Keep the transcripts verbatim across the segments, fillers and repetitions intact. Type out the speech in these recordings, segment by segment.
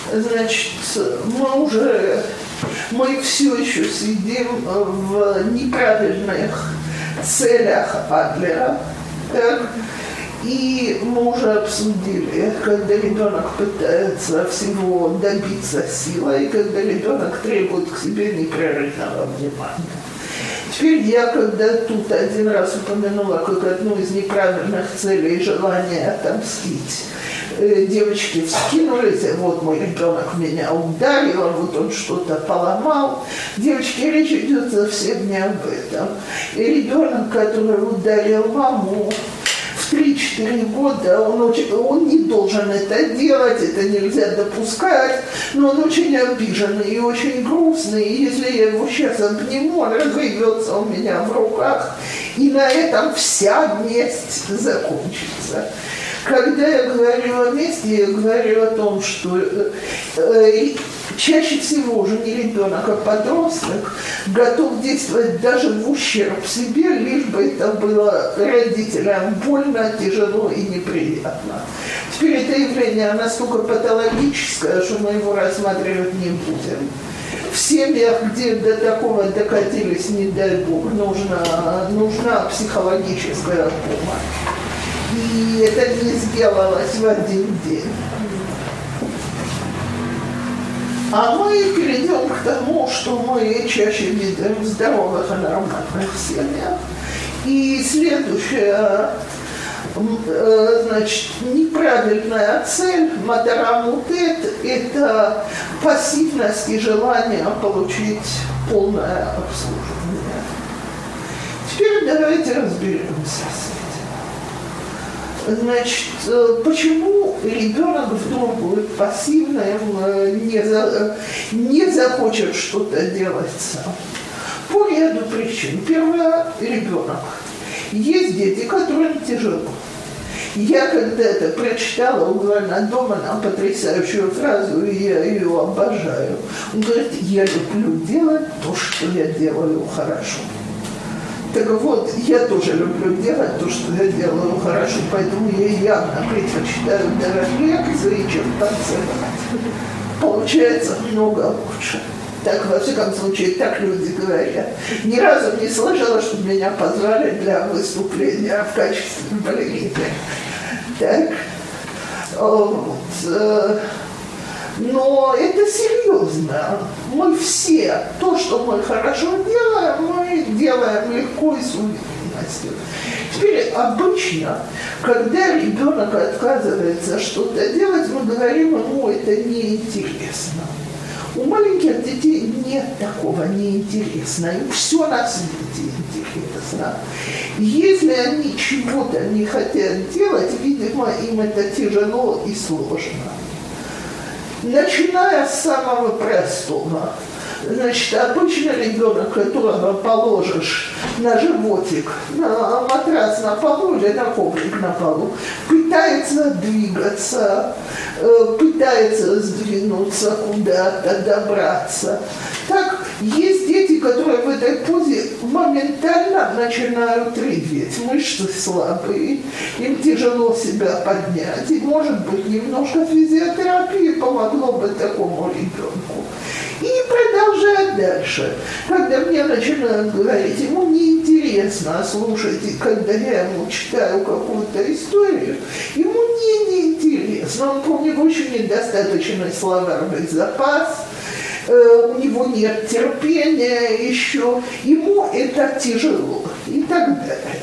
Значит, мы уже, мы все еще сидим в неправильных целях Адлера, так? И мы уже обсудили, когда ребенок пытается всего добиться силой, и когда ребенок требует к себе непрерывного внимания. Теперь я, когда тут один раз упомянула как одну из неправильных целей желание отомстить, девочки вскинулись, вот мой ребенок меня ударил, а вот он что-то поломал. Девочки, речь идет совсем не об этом. И ребенок, который ударил маму, в три-четыре года он, очень, он не должен это делать, это нельзя допускать, но он очень обиженный и очень грустный, и если я его сейчас обниму, он разревется у меня в руках, и на этом вся месть закончится. Когда я говорю о мести, я говорю о том, что э, чаще всего уже не ребенок, а подросток готов действовать даже в ущерб себе, лишь бы это было родителям больно, тяжело и неприятно. Теперь это явление настолько патологическое, что мы его рассматривать не будем. В семьях, где до такого докатились, не дай бог, нужна, нужна психологическая помощь. И это не сделалось в один день. А мы перейдем к тому, что мы чаще видим в здоровых и нормальных семьях. И следующая, значит, неправильная цель матарамутет – это пассивность и желание получить полное обслуживание. Теперь давайте разберемся с этим. Значит, почему ребенок вдруг будет пассивным, не, за, не захочет что-то делать сам? По ряду причин. Первое – ребенок. Есть дети, которым тяжело. Я когда-то прочитала у Ивана Домана потрясающую фразу, и я ее обожаю. Он говорит: я люблю делать то, что я делаю хорошо. Так вот, я тоже люблю делать то, что я делаю хорошо, поэтому я явно предпочитаю давать лекции, чем танцевать. Получается много лучше. Так, во всяком случае, так люди говорят. Ни разу не слышала, чтобы меня позвали для выступления в качестве балерины. Так, вот. Но это серьезно. Мы все, то, что мы хорошо делаем, мы делаем легко и с уверенностью. Теперь обычно, когда ребенок отказывается что-то делать, мы говорим ему: это неинтересно. У маленьких детей нет такого неинтересно. Им все на свете интересно. Если они чего-то не хотят делать, видимо, им это тяжело и сложно. Начиная с самого простого. Значит, обычно ребенок, которого положишь на животик, на матрас на полу или на коврик на полу, пытается двигаться, пытается сдвинуться куда-то, добраться. Так, есть дети, которые в этой позе моментально начинают реветь. Мышцы слабые, им тяжело себя поднять. И, может быть, немножко физиотерапии помогло бы такому ребенку. И продолжать дальше. Когда мне начинают говорить, ему неинтересно слушать, и когда я ему читаю какую-то историю, ему не неинтересно. Он помнит очень недостаточный словарный запас, э, у него нет терпения еще, ему это тяжело и так далее.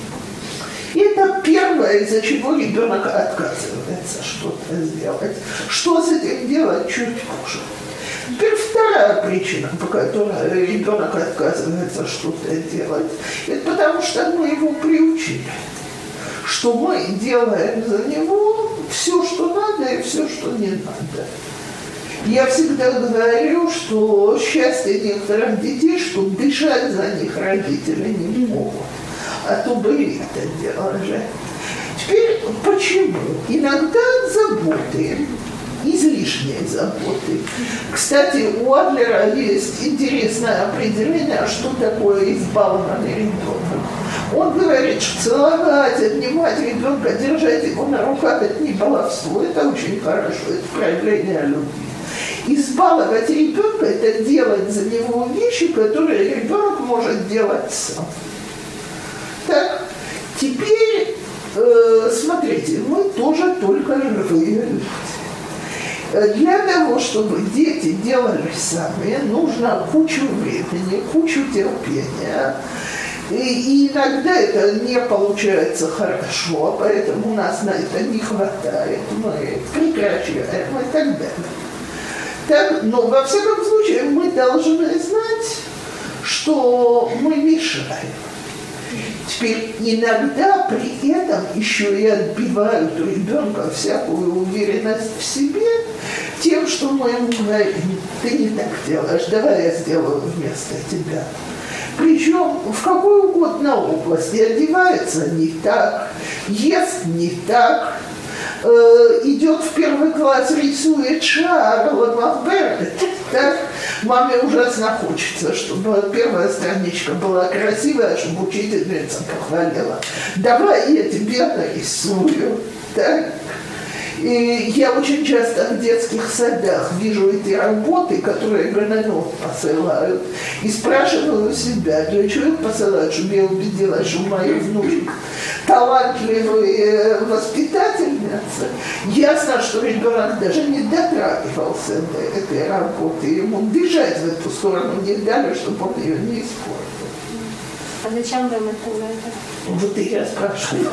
И это первое, из-за чего ребенок отказывается что-то сделать. Что с этим делать, чуть позже. Теперь вторая причина, по которой ребенок отказывается что-то делать, это потому что мы его приучили, что мы делаем за него все, что надо, и все, что не надо. Я всегда говорю, что счастье некоторых детей, что дышать за них родители не могут, а то бы и это делали. Теперь почему? Иногда заботы. Излишней заботы. Кстати, у Адлера есть интересное определение, что такое избалованный ребенок. Он говорит, что целовать, обнимать ребенка, держать его на руках – это не баловство, это очень хорошо, это проявление любви. избаловать ребенка – это делать за него вещи, которые ребенок может делать сам. Так, теперь, э, смотрите, мы тоже только живые люди. Для того, чтобы дети делали сами, нужно кучу времени, кучу терпения. И, и иногда это не получается хорошо, поэтому у нас на это не хватает, мы прекращаем и так далее. Так, но во всяком случае мы должны знать, что мы мешаем. Теперь иногда при этом еще и отбивают у ребенка всякую уверенность в себе тем, что мы ему говорим: ты не так делаешь, давай я сделаю вместо тебя. Причем в какой угодно области. Одевается не так, ест не так, э, идет в первый класс, рисует шар, ламахбер, так. Маме ужасно хочется, чтобы первая страничка была красивая, чтобы учительница похвалила. Давай я тебе нарисую. Так? И я очень часто в детских садах вижу эти работы, которые граненот посылают, и спрашиваю себя, для чего их посылают, чтобы я убедилась, что мои внучек талантливые воспитательницы. Ясно, что ребенок даже не дотрагивался до этой работы, ему бежать в эту сторону не дали, чтобы он ее не испортил. А зачем вам это? Вот и я спрашиваю.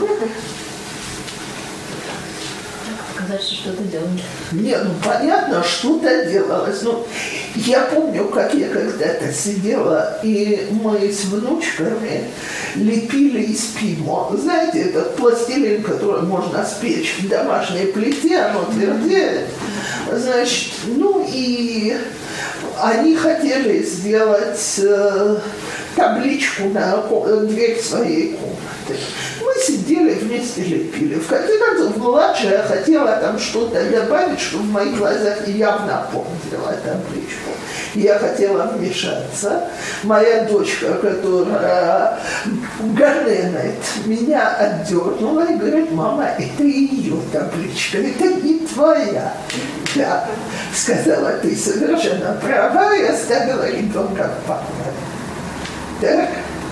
Сказать, что что-то делать. Нет, ну понятно, что-то делалось. Но я помню, как я когда-то сидела, и мы с внучками лепили из пимо. Знаете, этот пластилин, который можно спечь в домашней плите, оно твердеет. Значит, ну и они хотели сделать э, табличку на дверь своей комнаты. Мы сидели вместе лепили. В конце концов, младшая хотела там что-то добавить, что в моих глазах явно помнила табличку. Я хотела вмешаться. Моя дочка, которая ганенет, меня отдернула и говорит: мама, это ее табличка, это не твоя. Да, сказала, ты совершенно права, и оставила ребенка в покое. Так?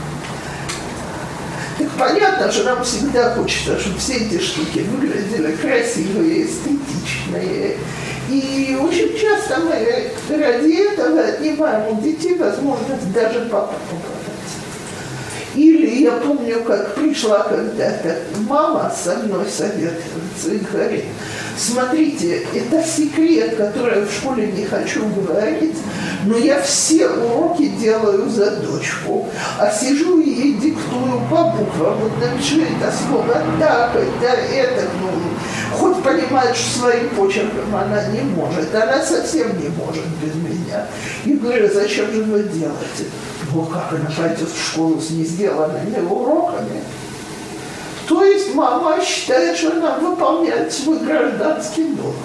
Так понятно, что нам всегда хочется, чтобы все эти штуки выглядели красивые, эстетичные. И очень часто мы ради этого отнимаем у детей возможность даже попробовать. Или я помню, как пришла когда-то мама со мной советоваться и говорит: смотрите, это секрет, который я в школе не хочу говорить, но я все уроки делаю за дочку, а сижу и ей диктую по буквам. Вот напиши это слово так, это, это, ну, хоть понимает, что своим почерком она не может, она совсем не может без меня. И говорю: зачем же вы делаете? Ну, как она пойдет в школу с несделанными уроками? То есть мама считает, что она выполняет свой гражданский долг.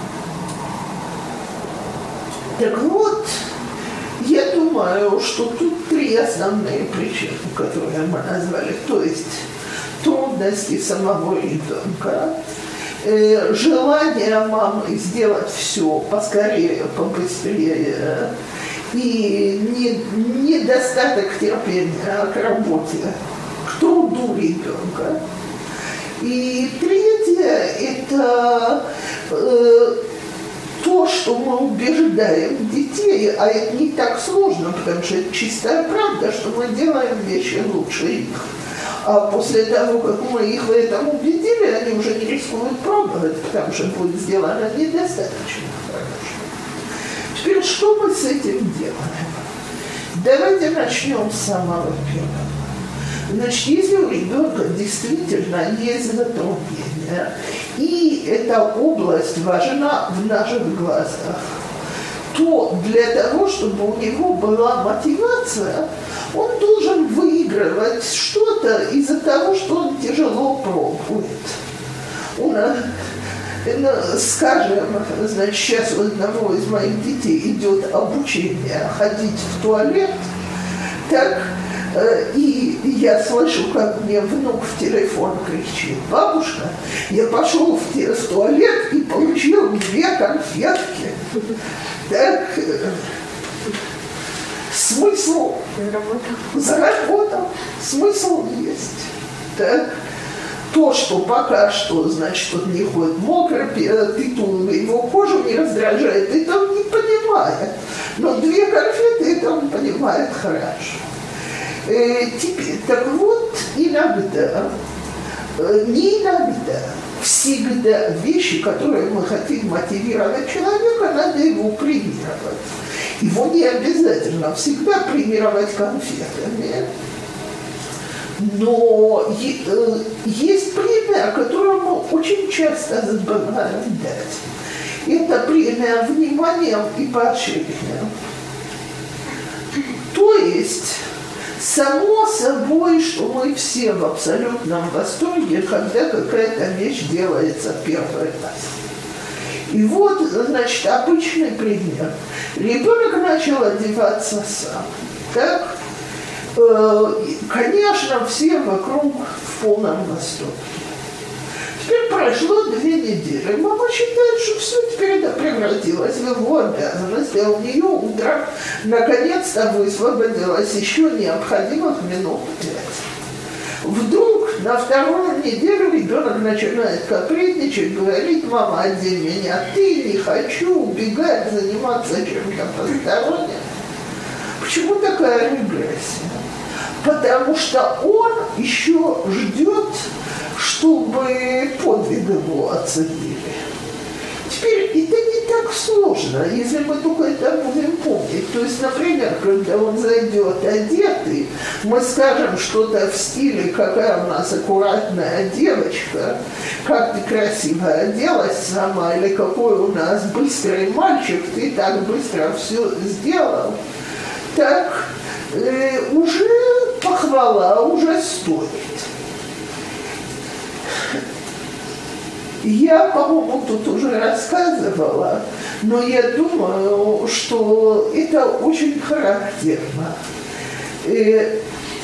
Так вот, я думаю, что тут три основные причины, которые мы назвали. То есть трудности самого ребенка, э, желание мамы сделать все поскорее, побыстрее, и не, недостаток терпения к работе, к труду ребенка. И третье – это э, то, что мы убеждаем детей, а это не так сложно, потому что это чистая правда, что мы делаем вещи лучше их. А после того, как мы их в этом убедили, они уже не рискуют пробовать, потому что будет сделано недостаточно хорошо. Теперь что мы с этим делаем? Давайте начнем с самого первого. Значит, если у ребенка действительно есть затруднения, и эта область важна в наших глазах, то для того, чтобы у него была мотивация, он должен выигрывать что-то из-за того, что он тяжело пробует. Он, ну, скажем, значит, сейчас у одного из моих детей идет обучение ходить в туалет, так, и я слышу, как мне внук в телефон кричит: бабушка, я пошел в, в туалет и получил две конфетки. Так, смысл Заработал. заработал, смысл есть. Так, то, что пока что, значит, он не ходит мокро, титул его кожу не раздражает, это он не понимает. Но две конфеты это он понимает хорошо. Э, теперь, так вот, иногда, э, не иногда, всегда вещи, которые мы хотим мотивировать человека, надо его премировать. Его не обязательно всегда премировать конфетами. Но есть премия, которую мы очень часто забываем дать. Это премия вниманием и поощрением. То есть, само собой, что мы все в абсолютном восторге, когда какая-то вещь делается первый раз. И вот, значит, обычный пример. Ребенок начал одеваться сам. Так? Конечно, все вокруг в полном восторге. Теперь прошло две недели. Мама считает, что все, теперь это превратилось в его обязанность, а у нее утром наконец-то высвободилось еще необходимых минут пять. Вдруг на вторую неделю ребенок начинает капризничать, говорит: мама, одень меня, ты, не хочу, убегать, заниматься чем-то посторонним. Почему такая регрессия? Потому что он еще ждет, чтобы подвиг его оценили. Теперь это не так сложно, если мы только это будем помнить. То есть, например, когда он зайдет одетый, мы скажем что-то в стиле: какая у нас аккуратная девочка, как ты красиво оделась сама, или какой у нас быстрый мальчик, ты так быстро все сделал. Так э, уже похвала уже стоит. Я, по-моему, тут уже рассказывала, но я думаю, что это очень характерно. Э,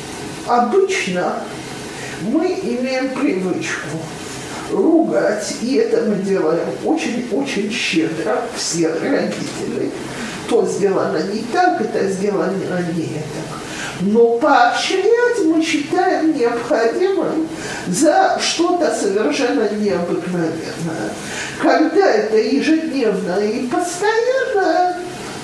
обычно мы имеем привычку ругать, и это мы делаем очень-очень щедро, все родители. То сделано не так, это сделано не так. Но поощрять мы считаем необходимым за что-то совершенно необыкновенное. Когда это ежедневно и постоянно,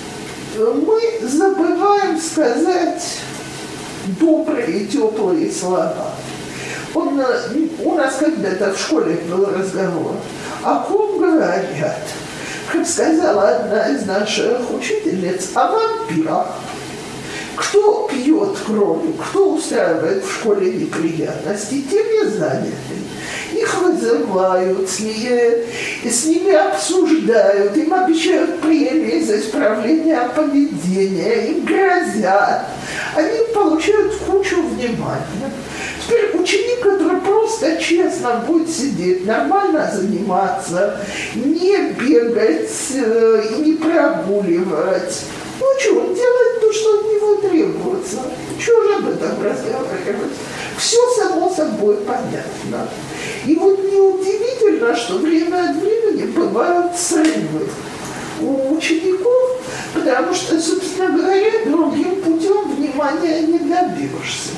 мы забываем сказать добрые, теплые слова. Он, у нас когда-то в школе был разговор, о ком говорят. Как сказала одна из наших учительниц, о вампирах. Кто пьет кровью, кто устраивает в школе неприятности, тем и заняты. Их вызывают, с ними, с ними обсуждают, им обещают премии за исправление поведения, им грозят. Они получают кучу внимания. Теперь ученик, который просто честно будет сидеть, нормально заниматься, не бегать, не прогуливать. Ну что, он делает то, что от него требуется. Чего же об этом разговаривать? Все само собой понятно. И вот неудивительно, что время от времени бывают срывы у учеников, потому что, собственно говоря, другим путем внимания не добьешься.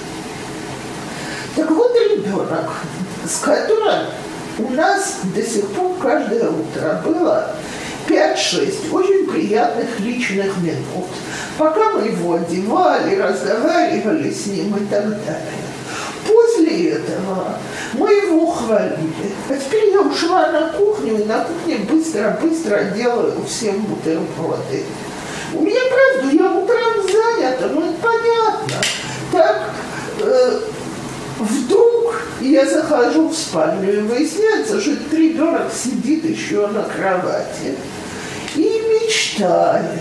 Так вот, ребенок, с которым у нас до сих пор каждое утро было пять-шесть очень приятных личных минут, пока мы его одевали, разговаривали с ним и так далее. После этого мы его хвалили. А теперь я ушла на кухню, и на кухне быстро-быстро делаю всем бутерброды. У меня, правда, я утром занята, ну это понятно. Так, э, вдруг я захожу в спальню, и выясняется, что этот ребенок сидит еще на кровати и мечтает.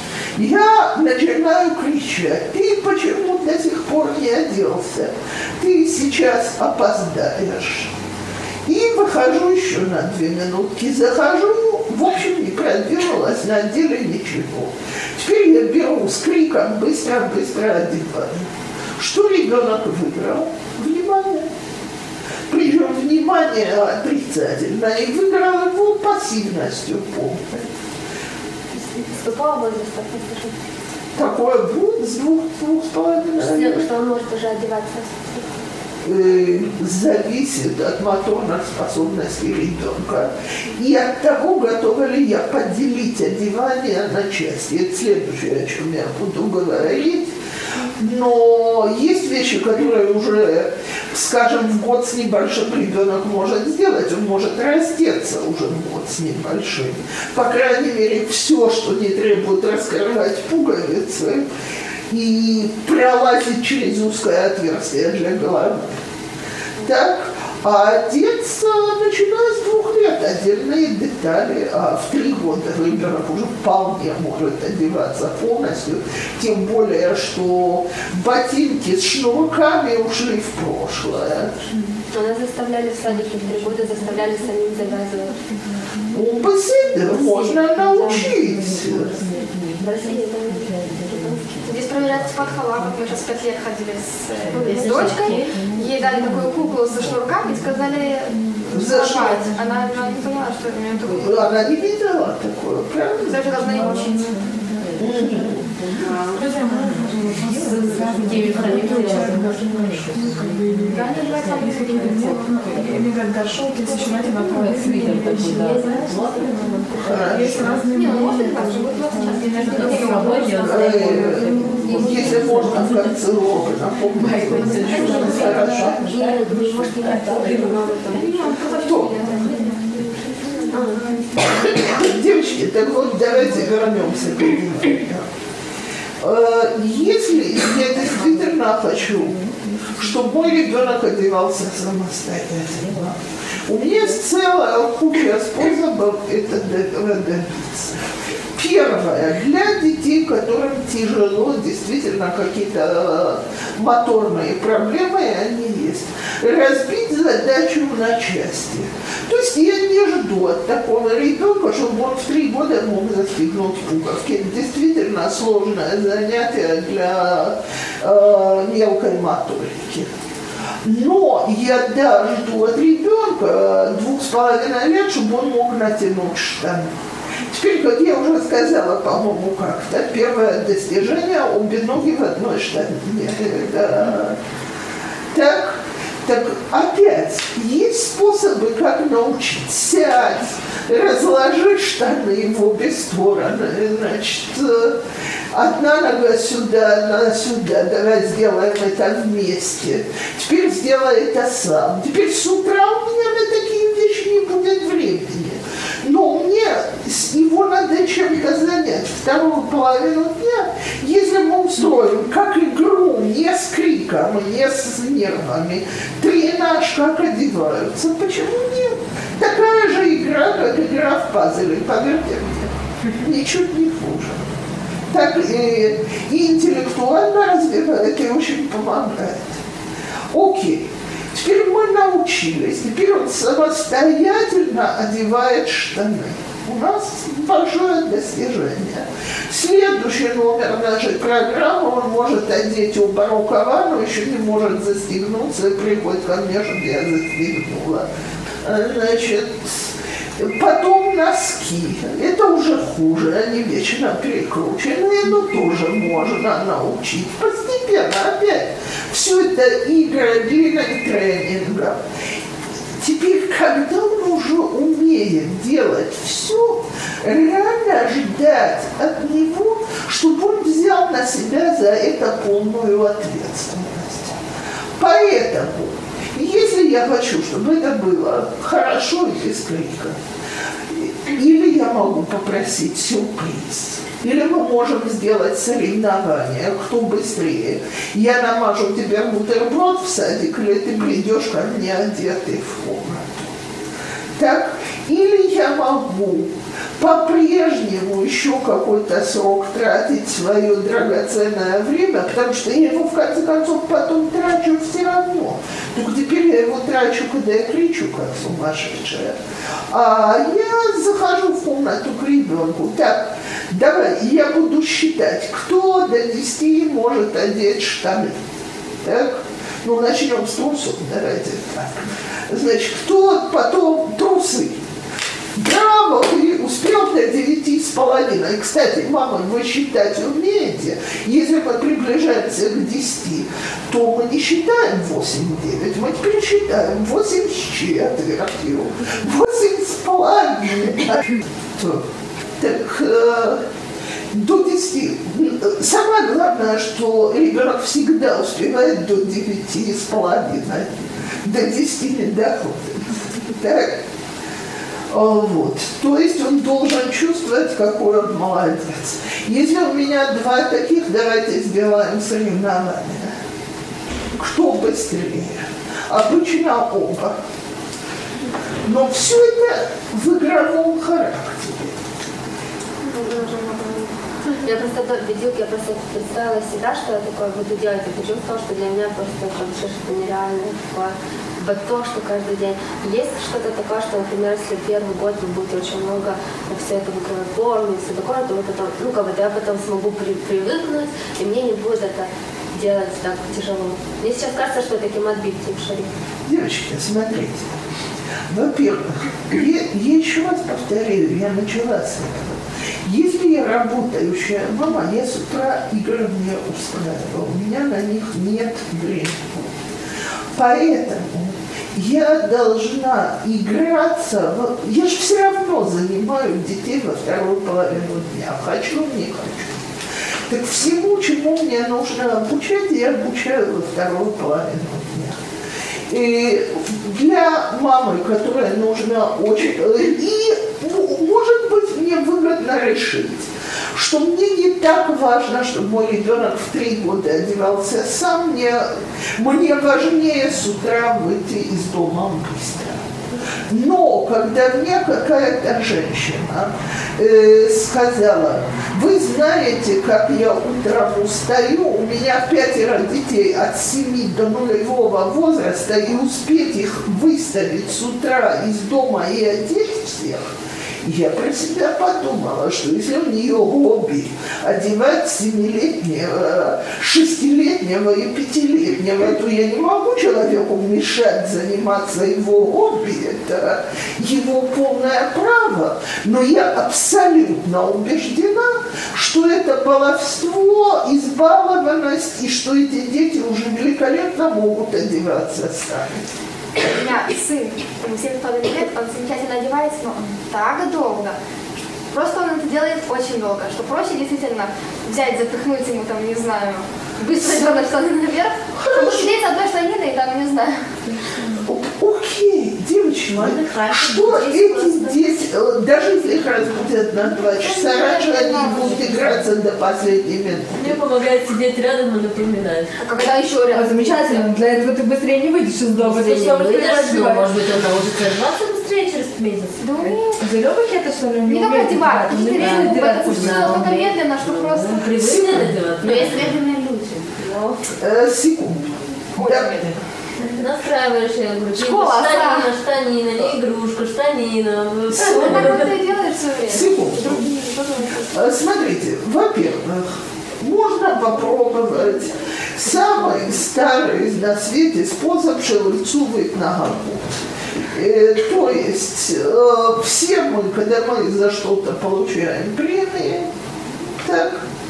Я начинаю кричать: ты почему до сих пор не оделся? Ты сейчас опоздаешь. И выхожу еще на две минутки, захожу, в общем, не продвинулась, на деле ничего. Теперь я беру с криком быстро-быстро одеваю. Что ребенок выиграл? Внимание. Причем внимание отрицательное, и выиграл его пассивностью полной. наступал возраст, скажем. Такое будет с двух, двух с половиной. Что, что он может уже одеваться? Э, зависит от моторных способностей ребенка и от того, готова ли я поделить одевание на части. Это следующее, о чем я буду говорить. Но есть вещи, которые уже, скажем, в год с небольшим ребенок может сделать, он может раздеться уже в год с небольшим. По крайней мере, все, что не требует раскрывать пуговицы и пролазить через узкое отверстие для головы. Так, а одеться, начиная с двух лет, отдельные детали, а в три года ребенок уже вполне может одеваться полностью, тем более, что ботинки с шнурками ушли в прошлое. Нас заставляли в садике в три года, заставляли самим завязывать. Ну, беседы можно научить. В России это не. Здесь проверяют спортхолак. Мы сейчас пять лет ходили с, с дочкой. Ей дали такую куклу со шнурками и сказали зашивать. Она, она не поняла, что это у нее такое. Она не видела такое, правда? Даже должна ее учиться. Дошел, ты еще на тебя направить свитер такой, да. Есть разные... Не, ну может быть, будет сейчас. Если можно в конце урока напомнить. Хорошо. Кто? Девочки, так вот давайте вернемся к этому. Если я действительно хочу, чтобы мой ребенок одевался самостоятельно, у меня есть целая куча способов это добиться. Первое, для детей, которым тяжело, действительно какие-то моторные проблемы, они есть, разбить задачу на части. То есть я не жду от такого ребенка, чтобы он в три года мог застегнуть пуговки. Это действительно сложное занятие для э, мелкой моторики. Но я да, жду от ребенка двух с половиной лет, чтобы он мог натянуть штаны. Теперь, как я уже сказала, по-моему, как-то, первое достижение – обе ноги в одной штане. Да. Так, так, опять, есть способы, как научить. Сядь, разложи штаны в обе стороны, значит, одна нога сюда, одна сюда, давай сделаем это вместе. Теперь сделай это сам. Теперь с утра у меня на такие вещи не будет времени. Но мне его надо чем-то занять. Вторую половину дня, если мы устроим как игру, не с криком, не с нервами, тренаж, как одеваются, почему нет? Такая же игра, как игра в пазлы, поверьте мне, ничуть не хуже. Так и, и интеллектуально развивает, и очень помогает. Окей. Теперь мы научились, теперь он самостоятельно одевает штаны. У нас большое достижение. Следующий номер нашей программы, он может одеть оба рукава, но еще не может застегнуться, и приходит ко мне, чтобы я застегнула. Значит, потом носки. Это уже хуже, они вечно перекрученные, но тоже можно научить. Постепенно опять. Все это игры длинных тренингов. Теперь, когда он уже умеет делать все, рано ждать от него, чтобы он взял на себя за это полную ответственность. Поэтому, если я хочу, чтобы это было хорошо и без крика, или я могу попросить сюрприз, или мы можем сделать соревнование, кто быстрее. Я намажу тебе бутерброд в садик, или ты придешь ко мне одетый в комнату. Так? Или я могу по-прежнему еще какой-то срок тратить свое драгоценное время, потому что я его, в конце концов, потом трачу все равно. Только теперь я его трачу, когда я кричу, как сумасшедшая. А я захожу в комнату к ребенку. Так, давай, я буду считать, кто до десяти может одеть штаны. Так? Ну, начнем с трусов, давайте так. Значит, кто потом трусы. Браво, ты успел до девяти с половиной. Кстати, мама, вы считать умеете? Если мы приближаемся к десяти, то мы не считаем восемь-девять, мы теперь считаем восемь с четвертью, восемь с половиной. Так, э, до десяти. Самое главное, что ребенок всегда успевает до девяти с половиной. До десяти не доходит. Так? Вот. То есть он должен чувствовать, какой он молодец. Если у меня два таких, давайте сделаем соревнования. Кто быстрее? Обычно оба. Но все это в игровом характере. Я просто до виделки, я просто представила себя, что я такое буду делать. Я почувствовала, что для меня просто это что-то нереальное такое. Вот то, что каждый день. Есть что-то такое, что, например, если первый год вы будете очень много все это в игровой форме, все такое, то вы потом, ну, как бы, я потом смогу при, привыкнуть, и мне не будет это делать так тяжело. Мне сейчас кажется, что это таким отбитием шарик. Девочки, смотрите. Во-первых, я, я еще раз повторяю, я начала с этого. Если я работающая мама, я с утра игры не устраиваю, у меня на них нет времени. Поэтому я должна играться, в... я же все равно занимаю детей во вторую половину дня, хочу, не хочу. Так всему, чему мне нужно обучать, я обучаю во вторую половину дня. И для мамы, которая нужна очень... И, может быть, мне выгодно решить, что мне не так важно, чтобы мой ребенок в три года одевался сам, мне, мне важнее с утра выйти из дома быстро. Но когда мне какая-то женщина э, сказала, вы знаете, как я утром устаю, у меня пятеро детей от семи до нулевого возраста, и успеть их выставить с утра из дома и одеть всех, я про себя подумала, что если у нее хобби одевать семилетнего, шестилетнего и пятилетнего, то я не могу человеку мешать заниматься его хобби, это его полное право. Но я абсолютно убеждена, что это баловство, избалованность, и что эти дети уже великолепно могут одеваться сами. У меня сын, ему семь с половиной лет, он замечательно одевается, но он так долго. Просто он это делает очень долго, что проще действительно взять, запихнуть ему, там, не знаю, быстро дернуть штаны наверх, чтобы сидеть с одной штаниной и там, не знаю. Окей, девочки, что эти дети, даже если их разбудят на два часа раньше, они будут играться до последней минуты. Мне помогает сидеть рядом и напоминать. А когда еще рядом? Замечательно, для этого ты быстрее не выйдешь из дома. Если Ты не что, выйдешь, быстрее ну, может одеваешь? быть, он научится одеваться быстрее через месяц. Да умеет. Зеленых это что ли? Не только одевать, Не это умеет реально, одеваться. это все настолько медленно, что просто... Он привыкнет одеваться. Но есть медленные люди. Но Э, секунду. Очень Да. медленно. ты настраиваешь, я говорю, Школа, штанина, да. штанина, не игрушка, штанина. Вот так вот и делаешь все время. Секунду. Другие, потом. Э, Смотрите, во-первых, можно попробовать самый старый на свете способ шелуйцувать ногу. Э, то есть э, все мы, когда мы за что-то получаем премии, так,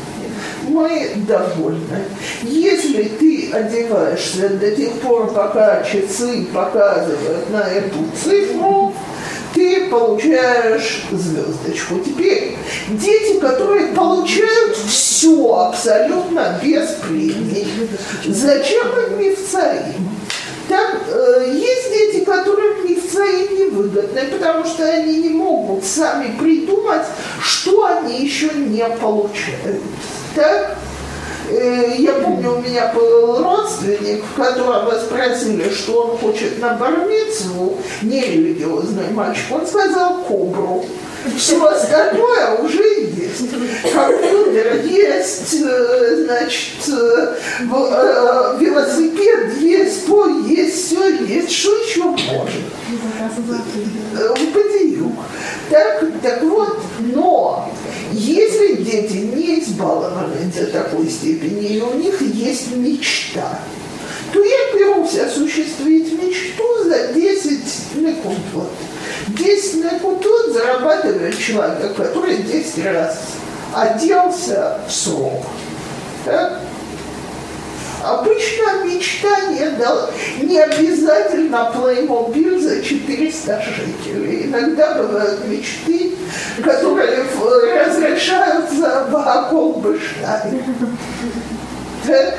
мы довольны. Если ты одеваешься до тех пор, пока часы показывают на эту цифру, ты получаешь звездочку. Теперь дети, которые получают все абсолютно без премий, зачем им мифцаим? Так, э, есть дети, которым мифцаим невыгодны, потому что они не могут сами придумать, что они еще не получают. Так? Э, я помню, у меня был родственник, которого спросили, что он хочет на бар-мицву, нерелигиозный мальчик, он сказал кобру. Все остальное уже есть. Компьютер есть, значит, велосипед есть, пой есть, все есть. Что еще может? Бытию. Так, так вот, но если дети не избалованы до такой степени, и у них есть мечта, то я берусь осуществить мечту за десять секунд. десять накутот зарабатывает человек, который десять раз оделся в срок. Так? Обычно мечтание дал не обязательно плеймобиль за четыреста шекелей. Иногда бывают мечты, которые разрешаются в Акол-Бэштайн. Так?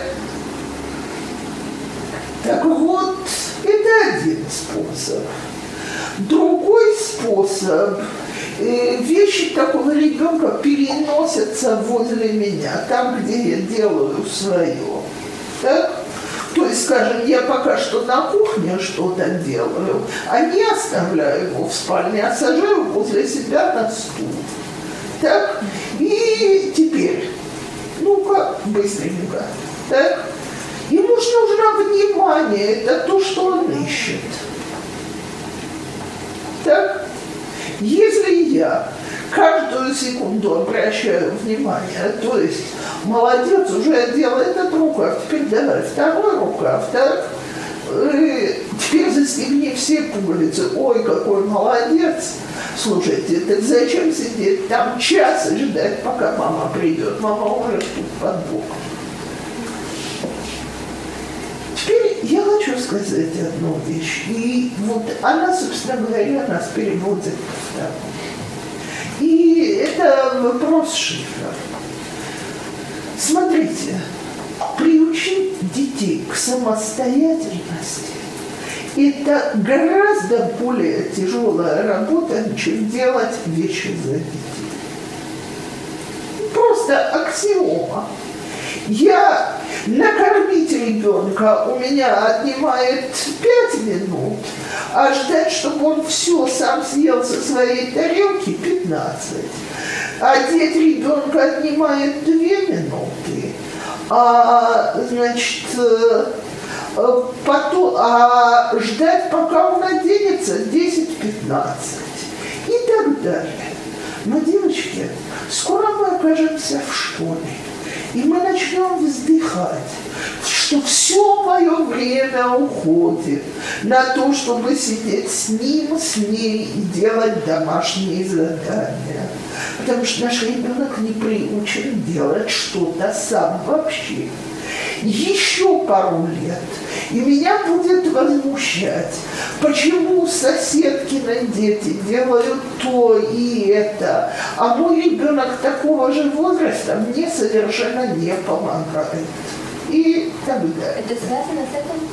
Так вот, это один способ. Другой способ. Вещи такого ребенка переносятся возле меня, там, где я делаю свое. Так? То есть, скажем, я пока что на кухне что-то делаю, а не оставляю его в спальне, а сажаю возле себя на стул. Так? И теперь, ну-ка, быстренько. Так? Ему же нужно внимание, это то, что он ищет. Так? Если я каждую секунду обращаю внимание, то есть, молодец, уже делал этот рукав, теперь давай второй рукав, так? И теперь застегни все пуговицы, ой, какой молодец. Слушайте, так зачем сидеть там час и ждать, пока мама придет? Мама уже тут под боком. Теперь я хочу сказать одну вещь, и вот она, собственно говоря, нас переводит к второму. И это вопрос шифра. Смотрите, приучить детей к самостоятельности – это гораздо более тяжелая работа, чем делать вещи за детей. Просто аксиома. Я накормить ребенка у меня отнимает пять минут, а ждать, чтобы он все сам съел со своей тарелки, пятнадцать. Одеть ребенка отнимает две минуты, а, значит, потом, а ждать, пока он оденется, десять-пятнадцать и так далее. Но, девочки, скоро мы окажемся в школе. И мы начнем вздыхать, что все мое время уходит на то, чтобы сидеть с ним, с ней и делать домашние задания. Потому что наш ребенок не приучен делать что-то сам вообще. Еще пару лет, и меня будет возмущать, почему соседкины дети делают то и это, а мой ребенок такого же возраста мне совершенно не помогает. И так далее. Это связано с этим?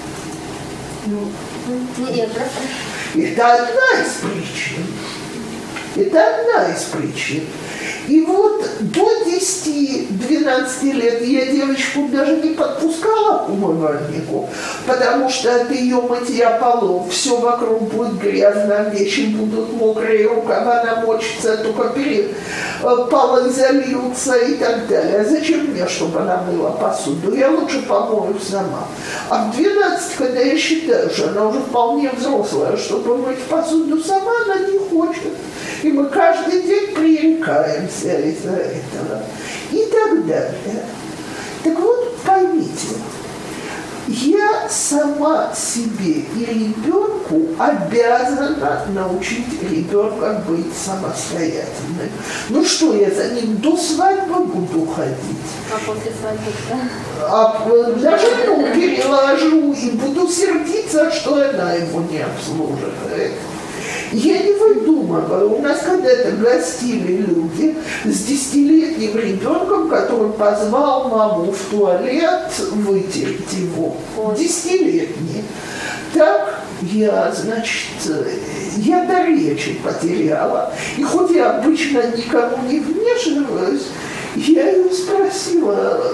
Ну, нет, просто... Это одна из причин. Это одна из причин. И вот до десяти-двенадцати лет я девочку даже не подпускала к умывальнику, потому что от ее мытья полов все вокруг будет грязно, вещи будут мокрые, рукава намочатся, только перед полы зальются и так далее. Зачем мне, чтобы она мыла посуду? Я лучше помою сама. А в двенадцать, когда я считаю, что она уже вполне взрослая, чтобы мыть посуду сама, она не хочет. И мы каждый день пререкаемся из-за этого. И так далее. Так вот, поймите, я сама себе и ребенку обязана научить ребенка быть самостоятельным. Ну что, я за ним до свадьбы буду ходить? А после свадьбы, да? А даже ну, переложу и буду сердиться, что она его не обслуживает. Я не выдумываю. У нас когда-то гостили люди с десятилетним ребенком, который позвал маму в туалет вытереть его. Десятилетний. Так я, значит, я до речи потеряла. И хоть я обычно никому не вмешиваюсь, я ее спросила,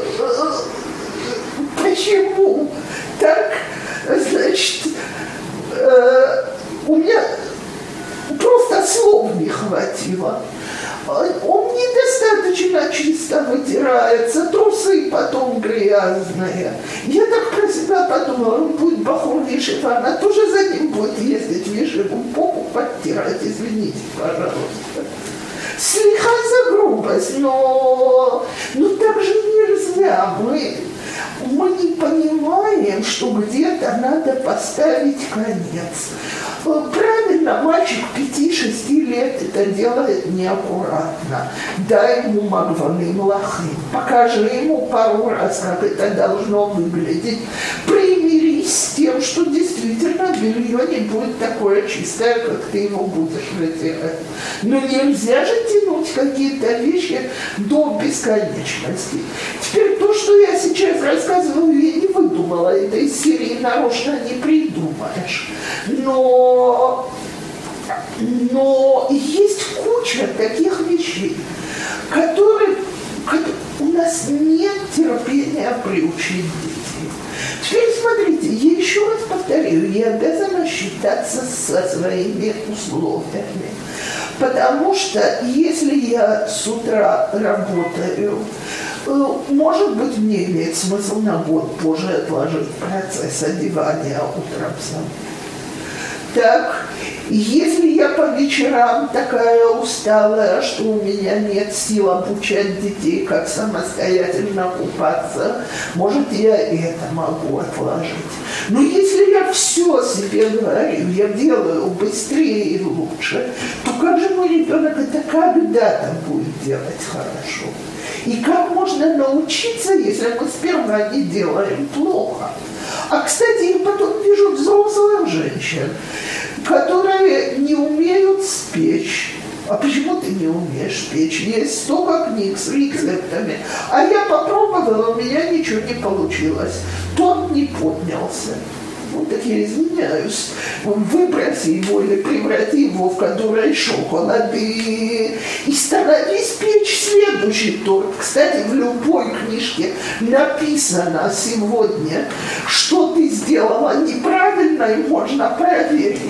почему так, значит, у меня... Просто слов не хватило. Он недостаточно чисто вытирается, трусы потом грязные. Я так про себя подумала, он будет бахур Вишев, она тоже за ним будет ездить Вишеву попу подтирать, извините, пожалуйста. Слегка за грубость, но ну так же нельзя. Мы, мы не понимаем, что где-то надо поставить конец. Правильно? Особенно мальчик пяти-шести лет это делает неаккуратно. Дай ему магваным лахим. Покажи ему пару раз, как это должно выглядеть. Примирись с тем, что действительно белье не будет такое чистое, как ты его будешь вытирать. Но нельзя же тянуть какие-то вещи до бесконечности. Теперь то, что я сейчас рассказываю, я не выдумала. Это из серии нарочно не придумаешь. Но, но есть куча таких вещей, которые, которые у нас нет терпения приучить детей. Теперь смотрите, я еще раз повторю, я обязана считаться со своими условиями. Потому что если я с утра работаю, может быть, мне имеет смысл на год позже отложить процесс одевания утром сам. Так, если я по вечерам такая усталая, что у меня нет сил обучать детей, как самостоятельно купаться, может, я это могу отложить. Но если я все себе говорю, я делаю быстрее и лучше, то как же мой ребенок это когда-то будет делать хорошо? И как можно научиться, если мы сперва не делаем плохо? А, кстати, я потом вижу взрослых женщин, которые не умеют спечь. А почему ты не умеешь печь? Есть столько книг с рецептами. А я попробовала, у меня ничего не получилось. Тот не поднялся. Вот так я извиняюсь. Выброси его или преврати его в который шоколад и, и становись печь следующий торт. Кстати, в любой книжке написано сегодня, что ты сделала неправильно, и можно проверить.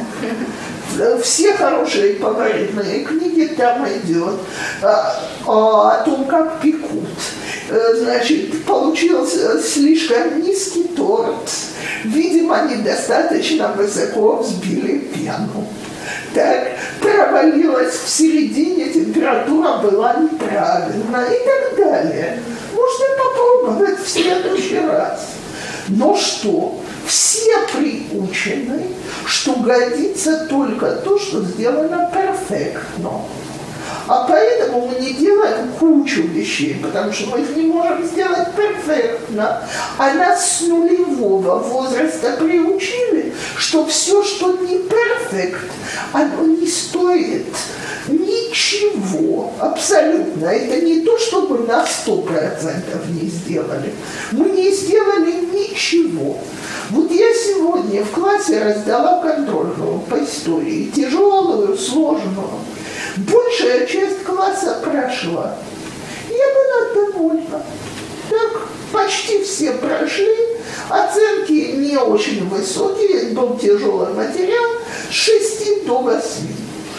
Все хорошие поваренные книги там идет а, а, о том, как пекут. Значит, получился слишком низкий торт. Видимо, недостаточно высоко взбили пену. Так, провалилась в середине, температура была неправильна и так далее. Можно попробовать в следующий раз. Но что? Все приучены, что годится только то, что сделано перфектно. А поэтому мы не делаем кучу вещей, потому что мы их не можем сделать перфектно. А нас с нулевого возраста приучили, что все, что не перфект, оно не стоит ничего, абсолютно. Это не то, что мы на сто процентов не сделали. Мы не сделали ничего. Вот я сегодня в классе раздала контрольную по истории, тяжелую, сложную. Большая часть класса прошла. Я была довольна. Так, почти все прошли. Оценки не очень высокие, был тяжелый материал, с шести до восьми.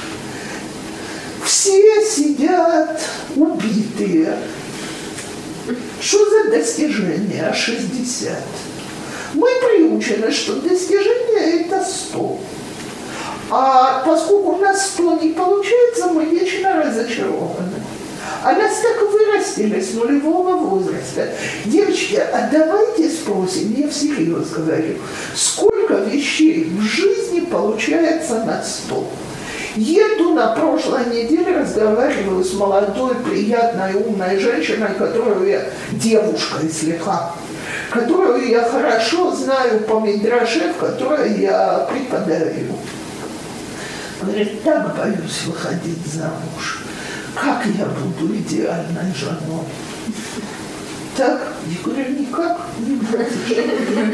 Все сидят убитые. Что за достижение шестьдесят? Мы приучены, что достижение это сто. А поскольку у нас сто не получается, мы вечно разочарованы. А нас так вырастили с нулевого возраста. Девочки, а давайте спросим, я всерьез говорю, сколько вещей в жизни получается на сто? Еду на прошлой неделе, разговариваю с молодой, приятной, умной женщиной, которую я, девушкой слегка, которую я хорошо знаю по мидраше, в которой я преподаю. Говорит, так боюсь выходить замуж. Как я буду идеальной женой? Так? Я говорю, никак не будешь.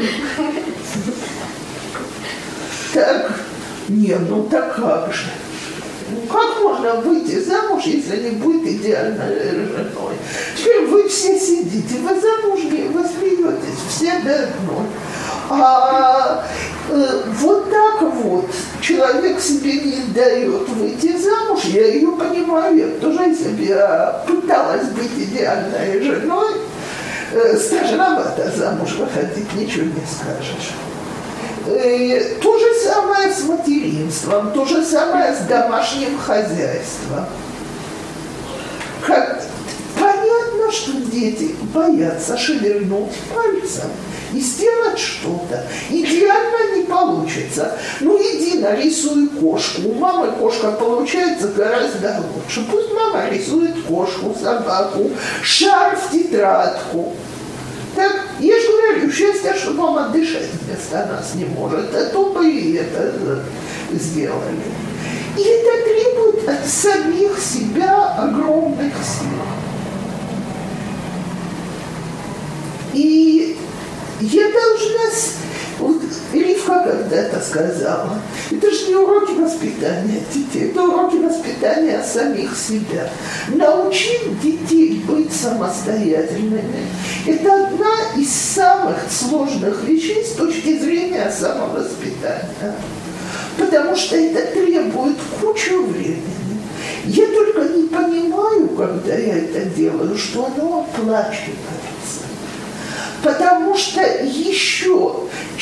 Так? Не, ну так как же? Ну как можно выйти замуж, если не будет идеальной женой? Теперь вы все сидите, вы замужние, вы смеетесь, все до одной. А э, вот так вот человек себе не дает выйти замуж, я ее понимаю, я тоже, если бы я пыталась быть идеальной женой, э, страшновато замуж выходить, ничего не скажешь. Э, то же самое с материнством, то же самое с домашним хозяйством. Как понятно, что дети боятся шевельнуть пальцем. и сделать что-то. Идеально не получится. Ну иди нарисуй кошку. У мамы кошка получается гораздо лучше. Пусть мама рисует кошку, собаку, шарф, тетрадку. Так, я же говорю, счастье, что мама дышать вместо нас не может, а то бы и это сделали. И это требует от самих себя огромных сил. И я должна, вот Ривка когда-то сказала, это же не уроки воспитания детей, это уроки воспитания самих себя. Научить детей быть самостоятельными – это одна из самых сложных вещей с точки зрения самовоспитания. Потому что это требует кучу времени. Я только не понимаю, когда я это делаю, что оно оплачивается. Потому что еще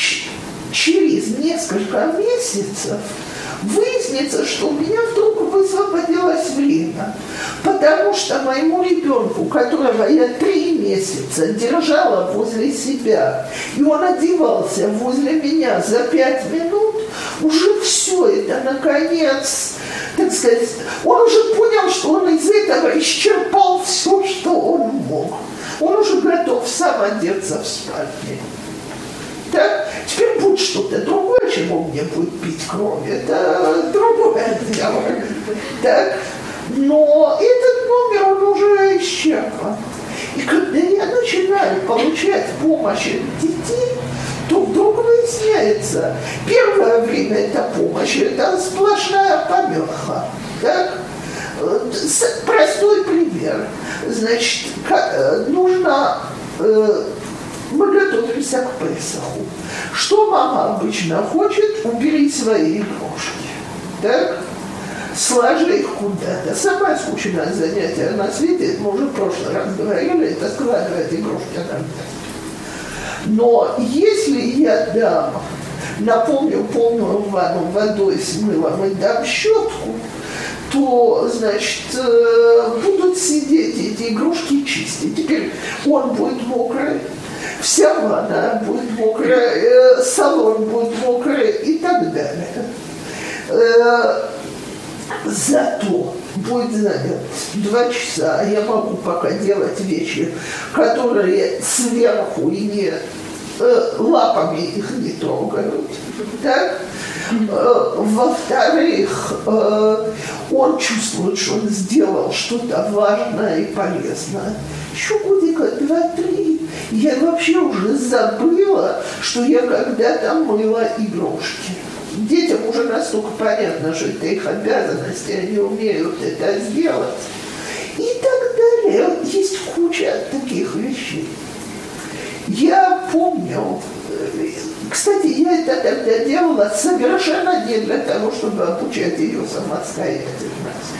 через несколько месяцев выяснится, что у меня вдруг высвободилось время. Потому что моему ребенку, которого я три месяца держала возле себя, и он одевался возле меня за пять минут, уже все это, наконец, так сказать, он уже понял, что он из этого исчерпал все, что он мог. Он уже готов сам одеться в спальне. Так, теперь будет что-то другое, чему мне будет пить кровь. Это другое дело. Так, но этот номер, он уже исчерпан. И когда я начинаю получать помощь от детей, то вдруг выясняется, первое время эта помощь, это сплошная помеха. Так? Простой пример. Значит, нужно... Мы готовимся к Песаху. Что мама обычно хочет? Убери свои игрушки. Так? Сложи их куда-то. Самое скучное занятие на свете, мы уже в прошлый раз говорили, это складывать игрушки на место. Но если я дам, напомню, полную ванну водой с мылом и дам щетку, то, значит, будут сидеть эти игрушки чистить. Теперь он будет мокрый, вся ванна будет мокрая, салон будет мокрый и так далее. Зато будет занят два часа, а я могу пока делать вещи, которые сверху и не э, лапами их не трогают. Так? Э, во-вторых, э, он чувствует, что он сделал что-то важное и полезное. Еще годика два-три я вообще уже забыла, что я когда-то мыла игрушки. Детям уже настолько понятно, что это их обязанность, и они умеют это сделать. И так далее. Есть куча таких вещей. Я помню, кстати, я это тогда делала совершенно не для того, чтобы обучать ее самостоятельности.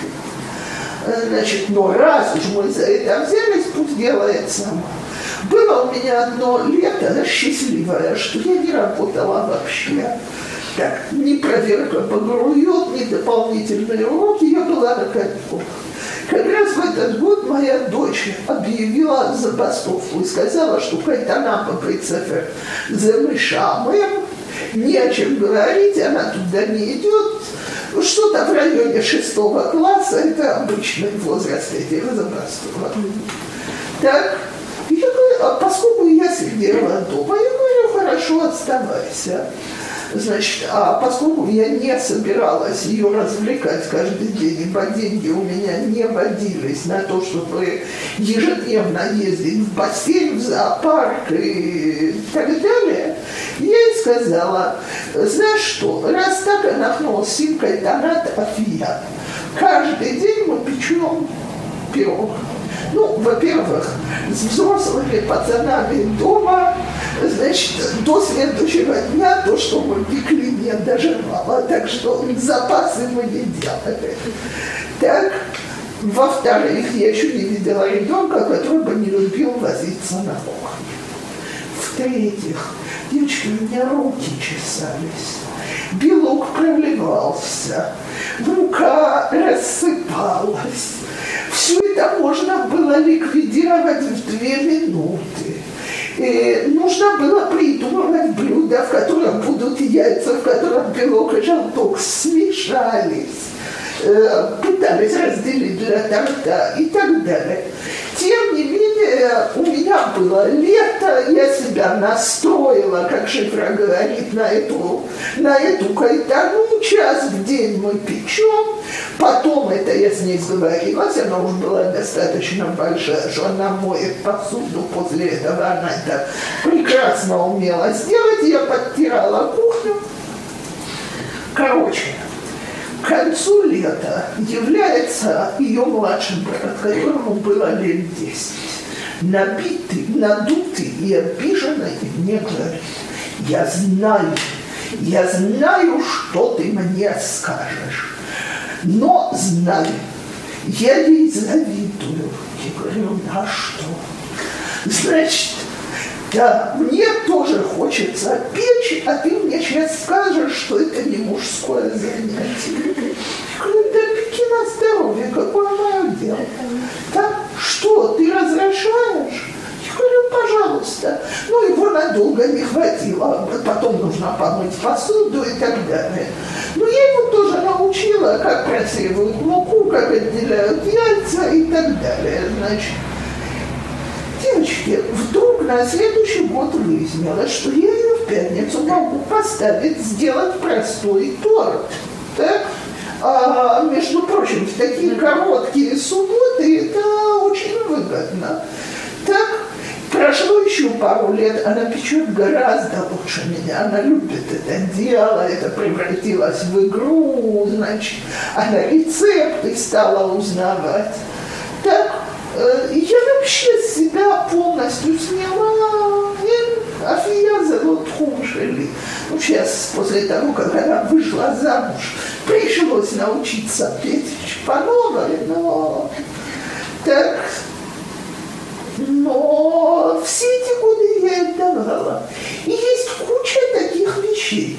Значит, но раз уж мы за это взялись, пусть делает сама. Было у меня одно лето счастливое, что я не работала вообще. Так, ни проверка багрует, ни дополнительные уроки, я была на каникулах. Как раз в этот год моя дочь объявила забастовку и сказала, что кайтана по бейт-сефер замешамаем, не о чем говорить, она туда не идет. Что-то в районе шестого класса, это обычный возраст этих забастовок. Так, я говорю, а поскольку я сидела дома, я говорю, хорошо, оставайся. Значит, а поскольку я не собиралась ее развлекать каждый день, ибо деньги у меня не водились на то, чтобы ежедневно ездить в бассейн, в зоопарк и так далее, я ей сказала, знаешь что, раз так анахнул симкой тонат афия, каждый день мы печем пирог. Ну, во-первых, с взрослыми пацанами дома, значит, до следующего дня то, что мы пекли, не доживало, так что запасы мы не делали. Так, во-вторых, я еще не видела ребенка, который бы не любил возиться на кухне. В-третьих, девочки, у меня руки чесались, белок проливался, рука рассыпалась. Все это можно было ликвидировать в две минуты. И нужно было придумывать блюда, в которых будут яйца, в которых белок и желток смешались, э, пытались разделить для торта и так далее. Тем не менее, у меня было лето, я себя настроила, как Шифра говорит, на эту, на эту кайтану, час в день мы печем. Потом это я с ней сговорилась, она уже была достаточно большая, что она моет посуду после этого, она это прекрасно умела сделать, я подтирала кухню. Короче, к концу лета является ее младший брат, которому было лет десять, набитый, надутый и обиженный, и мне говорит: я знаю, я знаю, что ты мне скажешь, но знаю, я ей завидую. Я говорю: на что? Значит, да, мне тоже хочется печь, а ты мне сейчас скажешь, что это не мужское занятие. Я говорю: да пеки на здоровье, какое мое дело. Да, что, ты разрешаешь? Я говорю: пожалуйста. Ну, его надолго не хватило, потом нужно помыть посуду и так далее. Но я его тоже научила, как просеивают муку, как отделяют яйца и так далее. Значит, девочки, вдруг на следующий год выяснилось, что я ее в пятницу могу поставить, сделать простой торт. Так? А, между прочим, в такие короткие субботы это очень выгодно. Так, прошло еще пару лет, она печет гораздо лучше меня, она любит это дело, это превратилось в игру, значит, она рецепты стала узнавать. Так, я вообще себя полностью сняла, Афия зовут Хумшели. Ну, сейчас, после того, как она вышла замуж, пришлось научиться петь по новой, но так, но все эти годы я им давала. И есть куча таких вещей,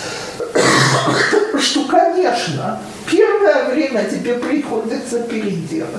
что, конечно, первое время тебе приходится переделывать.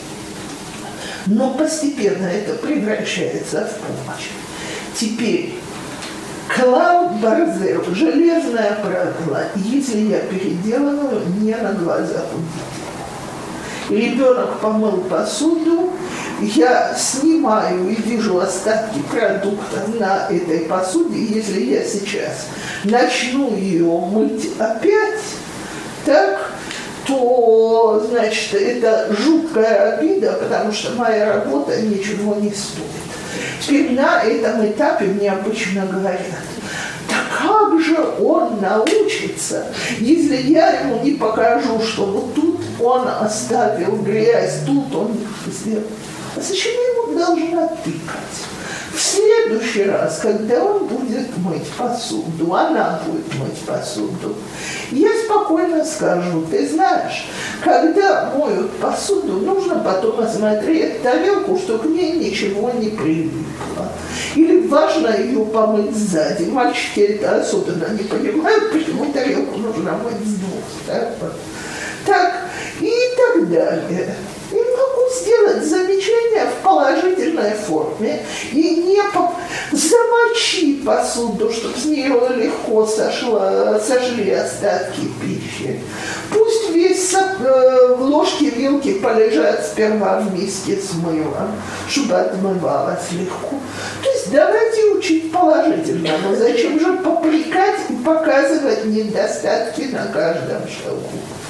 Но постепенно это превращается в помощь. Теперь, клал барзел, железное правило, если я переделываю, не на глазах у детей. Ребенок помыл посуду, я снимаю и вижу остатки продуктов на этой посуде. Если я сейчас начну ее мыть опять, так, то, значит, это жуткая обида, потому что моя работа ничего не стоит. Теперь на этом этапе мне обычно говорят: да как же он научится, если я ему не покажу, что вот тут он оставил грязь, тут он сделал. А зачем я ему должна тыкать? В следующий раз, когда он будет мыть посуду, она будет мыть посуду, я спокойно скажу: ты знаешь, когда моют посуду, нужно потом осмотреть тарелку, чтобы к ней ничего не прилипло. Или важно ее помыть сзади. Мальчики это особенно не понимают, почему тарелку нужно мыть с двух сторон. Так, и так далее. И могу сделать замечание в положительной форме и не по... замочи посуду, чтобы с нее легко сошло, сошли остатки пищи. Пусть весь э, ложки, вилки полежат сперва в миске с мылом, чтобы отмывалось легко. То есть давайте учить положительно, но зачем же попрекать и показывать недостатки на каждом шагу?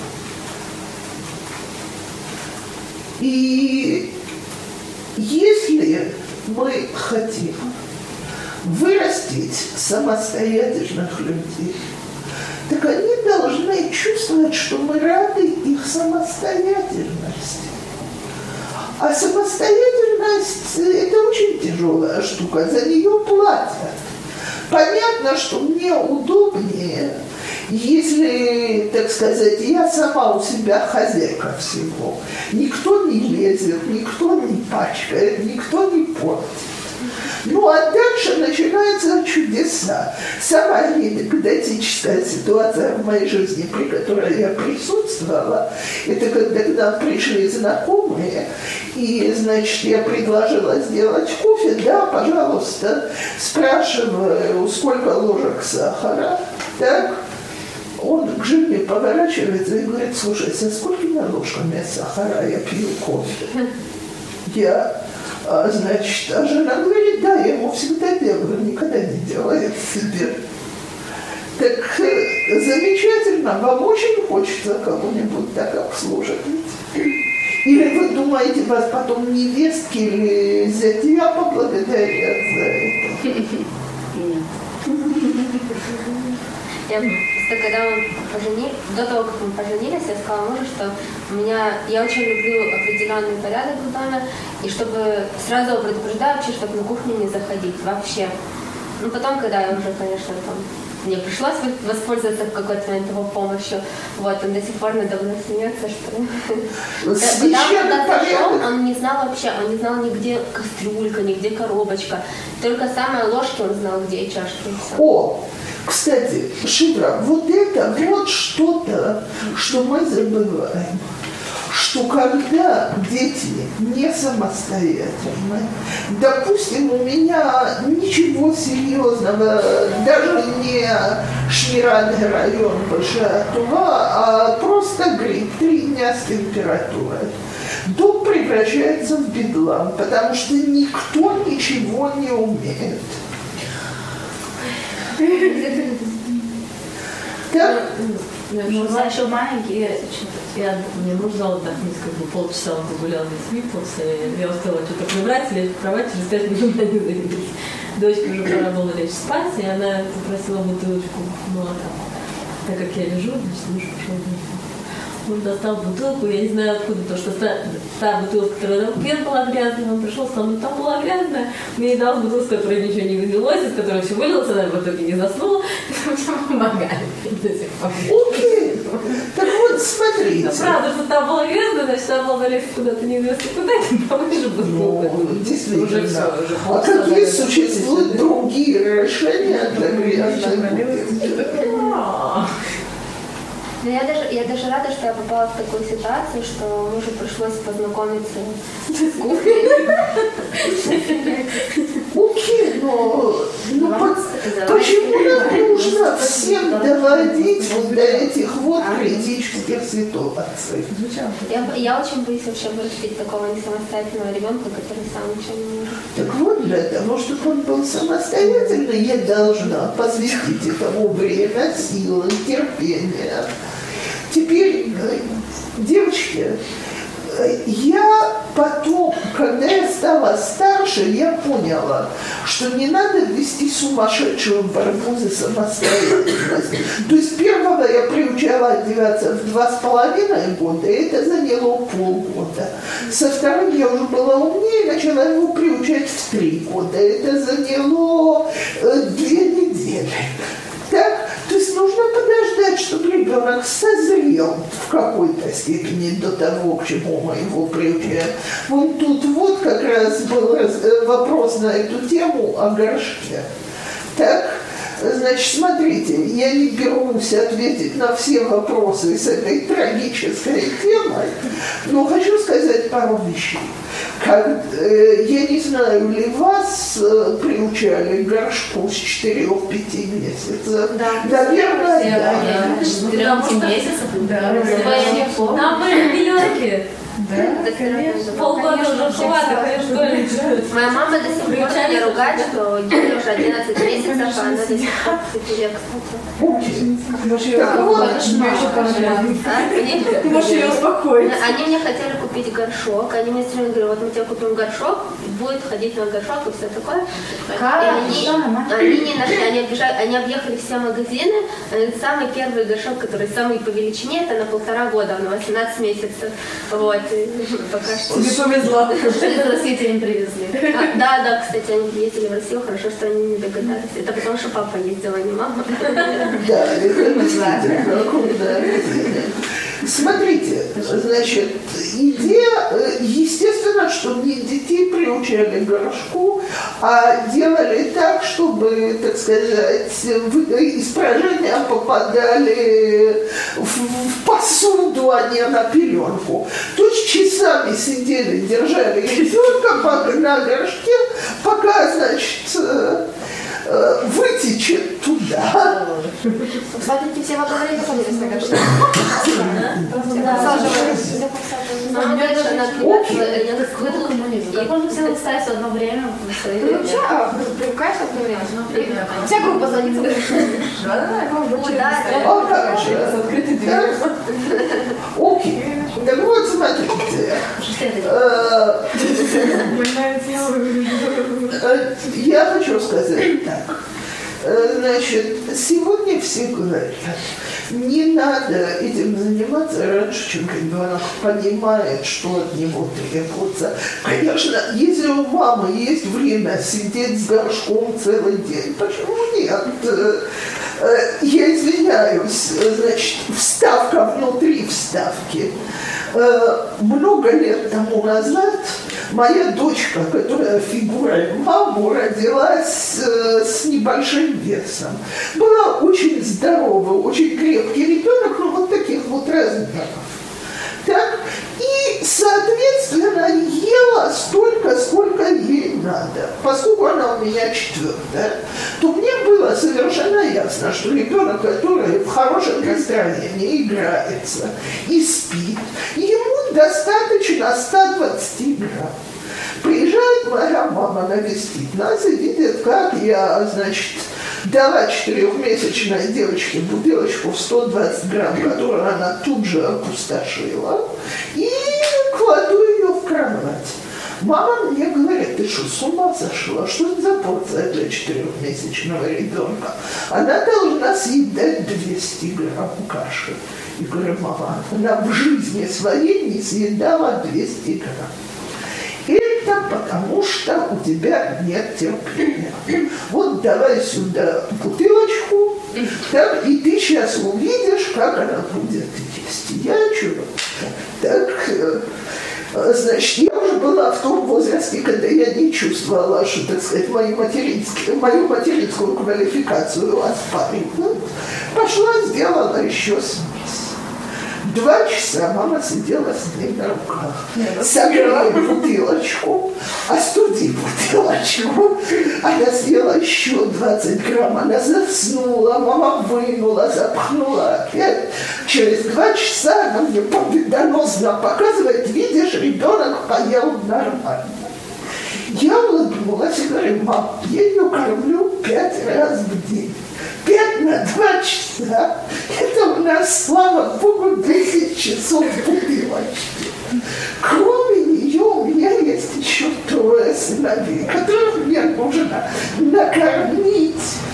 И если мы хотим вырастить самостоятельных людей, так они должны чувствовать, что мы рады их самостоятельности. А самостоятельность – это очень тяжелая штука, за нее платят. Понятно, что мне удобнее, если, так сказать, я сама у себя хозяйка всего. Никто не лезет, никто не пачкает, никто не портит. Ну а дальше начинаются чудеса. Самая анекдотическая ситуация в моей жизни, при которой я присутствовала, это когда к нам пришли знакомые, и, значит, я предложила сделать кофе, да, пожалуйста, спрашиваю, сколько ложек сахара, так, он к жене поворачивается и говорит: слушай, со сколькими ложками сахара я пью кофе? Я, а, значит, а жена говорит: да, я ему всегда делаю, никогда не делает себе. Так э, замечательно, вам очень хочется кого-нибудь так обслуживать. Или вы думаете, вас потом невестки или зятья поблагодарят за это? Я просто, когда мы поженились, до того, как мы поженились, я сказала мужу, что у меня, я очень люблю определенный порядок в доме, и чтобы сразу его предупреждаю вообще, чтобы на кухню не заходить вообще. Ну, потом, когда я уже, конечно, там, мне пришлось воспользоваться в какой-то момент его помощью, вот, он до сих пор надо мной смеется, что... Когда он туда зашел, он не знал вообще, он не знал нигде кастрюлька, нигде коробочка, только самые ложки он знал, где и чашки, и все. О! Кстати, Шидра, вот это вот что-то, что мы забываем, что когда дети не самостоятельны, допустим, у меня ничего серьезного, даже не Шмирадный район Большая Тува, а просто грипп, три дня с температурой, дом превращается в бедлам, потому что никто ничего не умеет. Так? Ну, еще маленький, я, мне муж взял отдохнуть, как бы полчаса он погулял с детьми, полчаса я успела что-то прибрать, лечь в кровать, через пять минут она не заявилась. Дочке уже пора было лечь спать, и она попросила бутылочку молока. Так как я лежу, значит, муж пошел вниз. Он достал бутылку, я не знаю откуда, потому что та, та бутылка, которая на руке была грязная, он пришел, сказал: ну там была грязная, мне и дал бутылку, с которой ничего не вылилось, из которой все вылилось, она в итоге не заснула, и мне помогали до сих пор. Окей, так вот смотрите. Ну, правда, что там была грязная, значит, она была залезть куда-то неизвестно куда, и помыли бутылку. Ну, действительно. Уже все, уже а какие существуют другие решения для грязной бутылки? Но я даже, я даже рада, что я попала в такую ситуацию, что мужу пришлось познакомиться с кухней. Окей, но ну, по, почему нам нужно всем доводить вот до этих вот критических ситуаций? Я, я очень боюсь вообще вырастить такого не самостоятельного ребенка, который сам ничего не может. Так вот, для того, чтобы он был самостоятельный, я должна посвятить этому время, силы, терпения. Теперь, девочки, я потом, когда я стала старше, я поняла, что не надо вести сумасшедшую борьбу за самостоятельность. То есть первого я приучала одеваться в два с половиной года, и это заняло полгода. Со вторым я уже была умнее, начала его приучать в три года. Это заняло э, две недели. Так? То есть нужно подождать, чтобы ребенок созрел в какой-то степени до того, к чему мы его приучаем. Вон тут вот как раз был вопрос на эту тему о горшке. Так, значит, смотрите, я не берусь ответить на все вопросы с этой трагической темой, но хочу сказать пару вещей. Как, э, я не знаю, ли вас э, приучали к горшку с четырёх-пяти месяцев? Да. Наверное, да. четыре месяцев? Да. Нам были пеленки. Да, конечно. Полгода уже хватит, конечно, ли. Моя мама до сих пор меня ругает, что ей уже одиннадцать месяцев, а она до сих пор в цепеле, кстати. Ты можешь ее успокоить. Они мне хотели купить горшок, они мне все время говорили: вот мы тебе купим горшок, будет ходить на горшок и все такое. Как? И они, они не нашли, они, оббежали, они объехали все магазины, самый первый горшок, который самый по величине, это на полтора года, на восемнадцать месяцев. Вот. Пока что. Тебе повезло. Что-то на свете не привезли. А, да, да, кстати, они ездили в Россию, хорошо, что они не догадались. Это потому, что папа ездил, а не мама. Да, это действительно. Смотрите, значит, идея, естественно, что не детей приучали к горшку, а делали так, чтобы, так сказать, испражения попадали в, в посуду, а не на пеленку. То есть часами сидели, держали ребенка на горшке, пока, значит, вытечет туда. Смотрите, все в одно время садились на горшке. Ну, дальше она отвлекается, Как можно все ставить в одно время? Ну, вообще, а, привыкаешь в одно время? Вся группа садится. А как же? Так? Окей. Так вот, смотрите. Я хочу сказать так. Значит, сегодня все говорят, не надо этим заниматься раньше, чем ребенок понимает, что от него требуется. Конечно, если у мамы есть время сидеть с горшком целый день, почему нет? Я извиняюсь, значит, вставка внутри вставки. Много лет тому назад моя дочка, которая фигурой маму, родилась с небольшим весом. Была очень здоровая, очень крепкий ребенок, ну вот таких вот размеров. Так? И, соответственно, ела столько, сколько ей надо. Поскольку она у меня четвертая, то мне было совершенно ясно, что ребенок, который в хорошем настроении играется и спит, ему достаточно ста двадцати грамм. Приезжает моя мама навестить нас и видит, как я, значит, дала четырехмесячной девочке бутылочку в сто двадцать грамм, которую она тут же опустошила, и кладу ее в кровать. Мама мне говорит: ты что, с ума сошла? Что это за порция для четырехмесячного ребенка? Она должна съедать двести грамм каши. И говорю: мама, она в жизни своей не съедала двести грамм. Это потому, что у тебя нет терпения. Вот давай сюда бутылочку, так, и ты сейчас увидишь, как она будет есть. Я что? Так, значит, я уже была в том возрасте, когда я не чувствовала, что, так сказать, мою материнскую, мою материнскую квалификацию оспаривают. Пошла, сделала еще смесь. Два часа мама сидела с ней на руках, согрела бутылочку, остуди бутылочку, она съела еще двадцать грамм, она заснула, мама вынула, запахнула опять. Через два часа она мне победоносно показывает: видишь, ребенок поел нормально. Я улыбнулась и говорю: мам, я ее кормлю пять раз в день. Пять на два часа. Это у нас, слава богу, десять часов бутылочки. Кроме нее у меня есть еще трое сыновей, которых мне нужно накормить,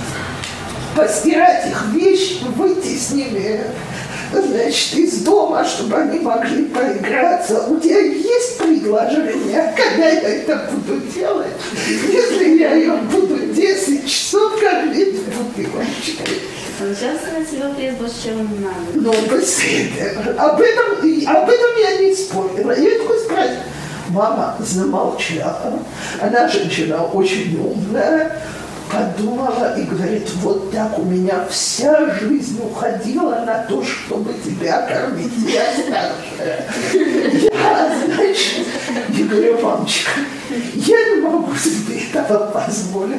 постирать их вещи, выйти с ними, значит, из дома, чтобы они могли поиграться. У тебя есть предложение, когда я это буду делать, если я ее буду десять часов кормить бутылочкой? Сейчас она себя ест больше, чем не надо. Ну, быстрее. Об этом, об этом я не спорила. Я такой спросила: мама замолчала. Она женщина очень умная. Подумала и говорит: вот так у меня вся жизнь уходила на то, чтобы тебя кормить. Я старшая. Я, значит, я говорю: мамочка, я не могу себе этого позволить.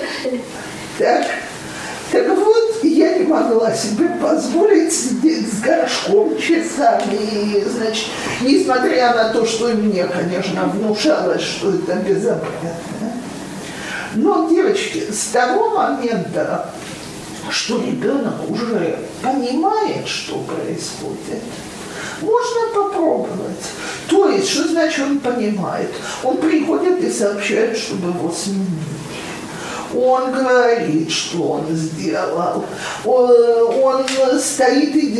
Так, так вот, я не могла себе позволить сидеть с горшком часами. И, значит, несмотря на то, что мне, конечно, внушалось, что это безобразно. Но, девочки, с того момента, что ребенок уже понимает, что происходит, можно попробовать. То есть, что значит он понимает? Он приходит и сообщает, чтобы его сменили. Он говорит, что он сделал. Он, он стоит и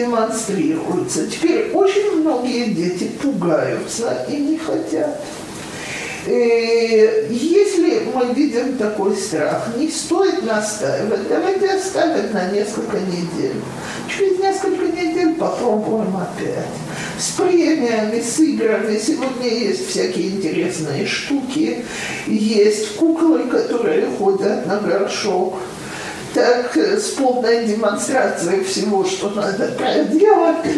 демонстрируется. Теперь очень многие дети пугаются и не хотят. И если мы видим такой страх, не стоит настаивать, давайте оставим на несколько недель. Через несколько недель попробуем опять. С премиями, с играми. Сегодня есть всякие интересные штуки. Есть куклы, которые ходят на горшок. Так, с полной демонстрацией всего, что надо проделать.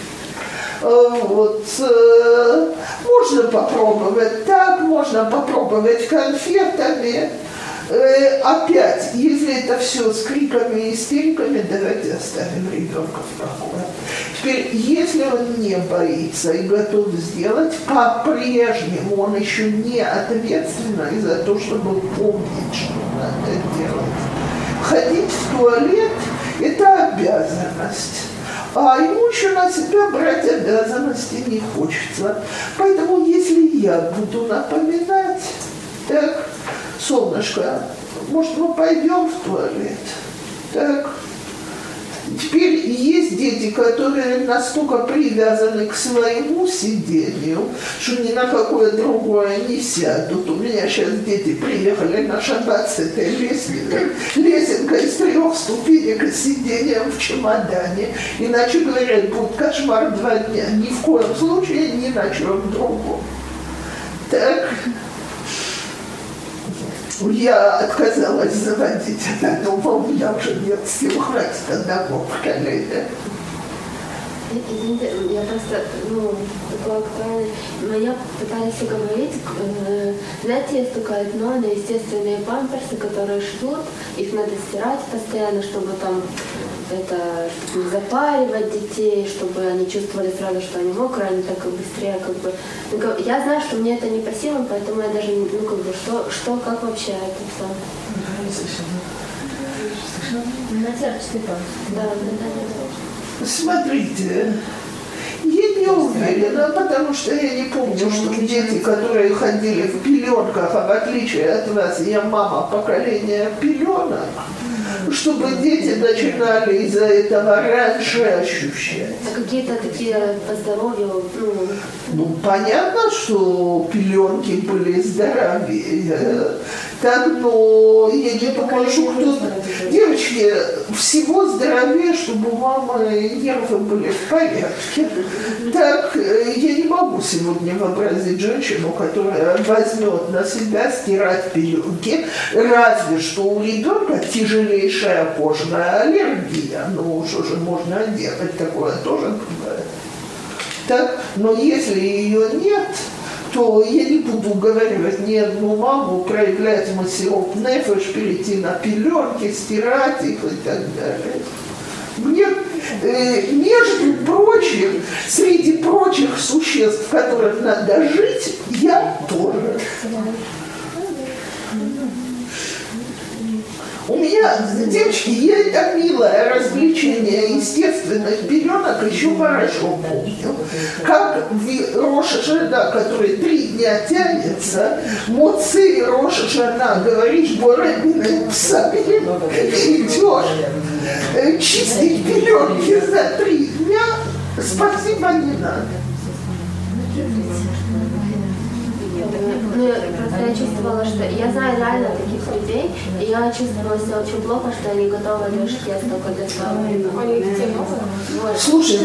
Вот. Можно попробовать так, можно попробовать конфетами. Опять, если это все с криками и истериками, давайте оставим ребенка в покое. Теперь, если он не боится и готов сделать, по-прежнему он еще не ответственный за то, чтобы помнить, что надо делать. Ходить в туалет – это обязанность. А ему еще на себя брать обязанности не хочется. Поэтому, если я буду напоминать, так, солнышко, может, мы пойдем в туалет? Так. Теперь есть дети, которые настолько привязаны к своему сидению, что ни на какое другое не сядут. У меня сейчас дети приехали на шаббат с этой лесенкой, лесенкой из трех ступенек и сидением в чемодане. Иначе, говорят, будет кошмар два дня. Ни в коем случае ни на чем другом. Так. Я отказалась заводить это, но у меня уже нет сил, хватит одного поколения. Извините, я просто, ну, такое актуальное. Меня пытались уговорить, э, знаете, есть такое одно, на естественные памперсы, которые шьют, их надо стирать постоянно, чтобы там это, чтобы не запаривать детей, чтобы они чувствовали сразу, что они мокрые, они так быстрее, как бы. Ну, я знаю, что мне это не по силам, поэтому я даже, ну, как бы, что, что как вообще это все? Натяжечный памперс. Да, да, да. Смотрите, я не уверена, потому что я не помню, что дети, которые ходили в пеленках, а в отличие от вас, я мама поколения пеленок, чтобы дети начинали из-за этого раньше ощущать. А какие-то такие по здоровью, ну... Ну, понятно, что пеленки были здоровее. Так, но я не думаю, что кто-то... Девочки, всего здоровее, чтобы у мамы нервы были в порядке. Так, я не могу сегодня вообразить женщину, которая возьмет на себя стирать пеленки, разве что у ребенка тяжелейшая кожная аллергия. Ну, что же можно делать? Такое тоже бывает. Так, но если ее нет, то я не буду уговаривать ни одну маму проявлять массиров нефеш, перейти на пеленки, стирать их и так далее. Мне, э, между прочим, среди прочих существ, которых надо жить, я тоже. У меня, девочки, я это милое развлечение естественных пеленок еще хорошо помню. Как в Рош ха-Шана, который три дня тянется, моци Рош ха-Шана, говоришь, боробиным псами, идешь чистить пеленки за три дня, спасибо не надо. Ну, просто я чувствовала, что... Я знаю реально таких людей, и я чувствовала себя очень плохо, что они готовы для шкет только для своего ребенка. Слушайте,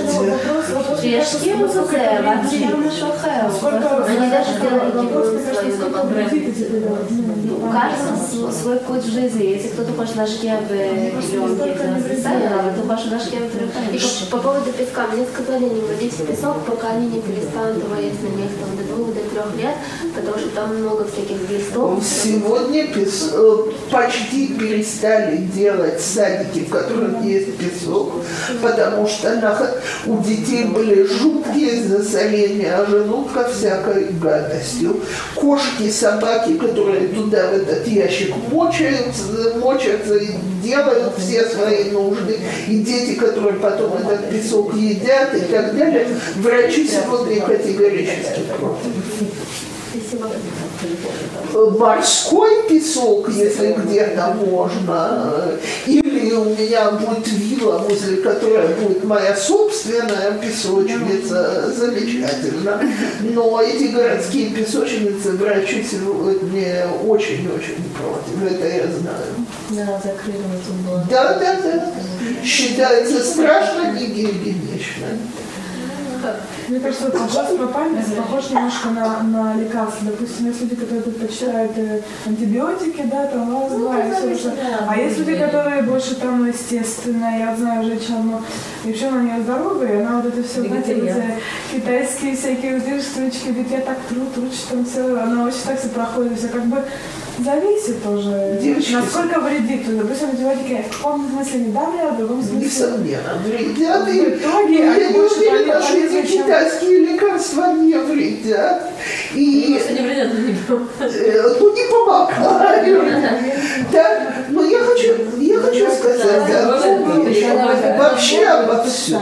они даже сделали гибрид свою. У каждого свой путь в жизни. Если кто-то хочет на шкебе пеленки, то хочет на шкебе пеленки. И по поводу песка, мне сказали не водить в песок, пока они не перестанут его есть на них там, до двух, до трех лет, потому что там много всяких глистов. Сегодня пес... почти перестали делать садики, в которых есть песок, потому что на... у детей были жуткие засорения желудка всякой гадостью. Кошки, собаки, которые туда в этот ящик мочаются, мочатся и делают все свои нужды, и дети, которые потом этот песок едят и так далее, врачи сегодня категорически против. Спасибо. телефоне. Морской песок, если где-то можно, или у меня будет вилла, возле которой будет моя собственная песочница, замечательно. Но эти городские песочницы врачи мне очень-очень против, это я знаю. Да, закрыли было. Да, да, да. Считается страшно негигиенично. Мне кажется, вот ужас по памяти похож немножко на, на лекарства. Допустим, есть люди, которые предпочитают антибиотики, да, там раз, два, и все уже. А есть люди, которые больше там, естественно, я знаю женщину, девчонка, у нее здоровая, она вот это все, знаете, эти китайские всякие вот эти штучки, ведь я так тру, тру, что там все, она очень так все проходит, все как бы зависит тоже, девочки, насколько вредит. Допустим, антибиотики в каком смысле не давят, в другом смысле... Несомненно, вредят. В итоге я они не больше уверена, что полезны, эти чем... китайские лекарства не вредят. И, не вредят, но не помогают. Ну, не помогают. Да, но я хочу, я хочу сказать, да, вообще обо всем.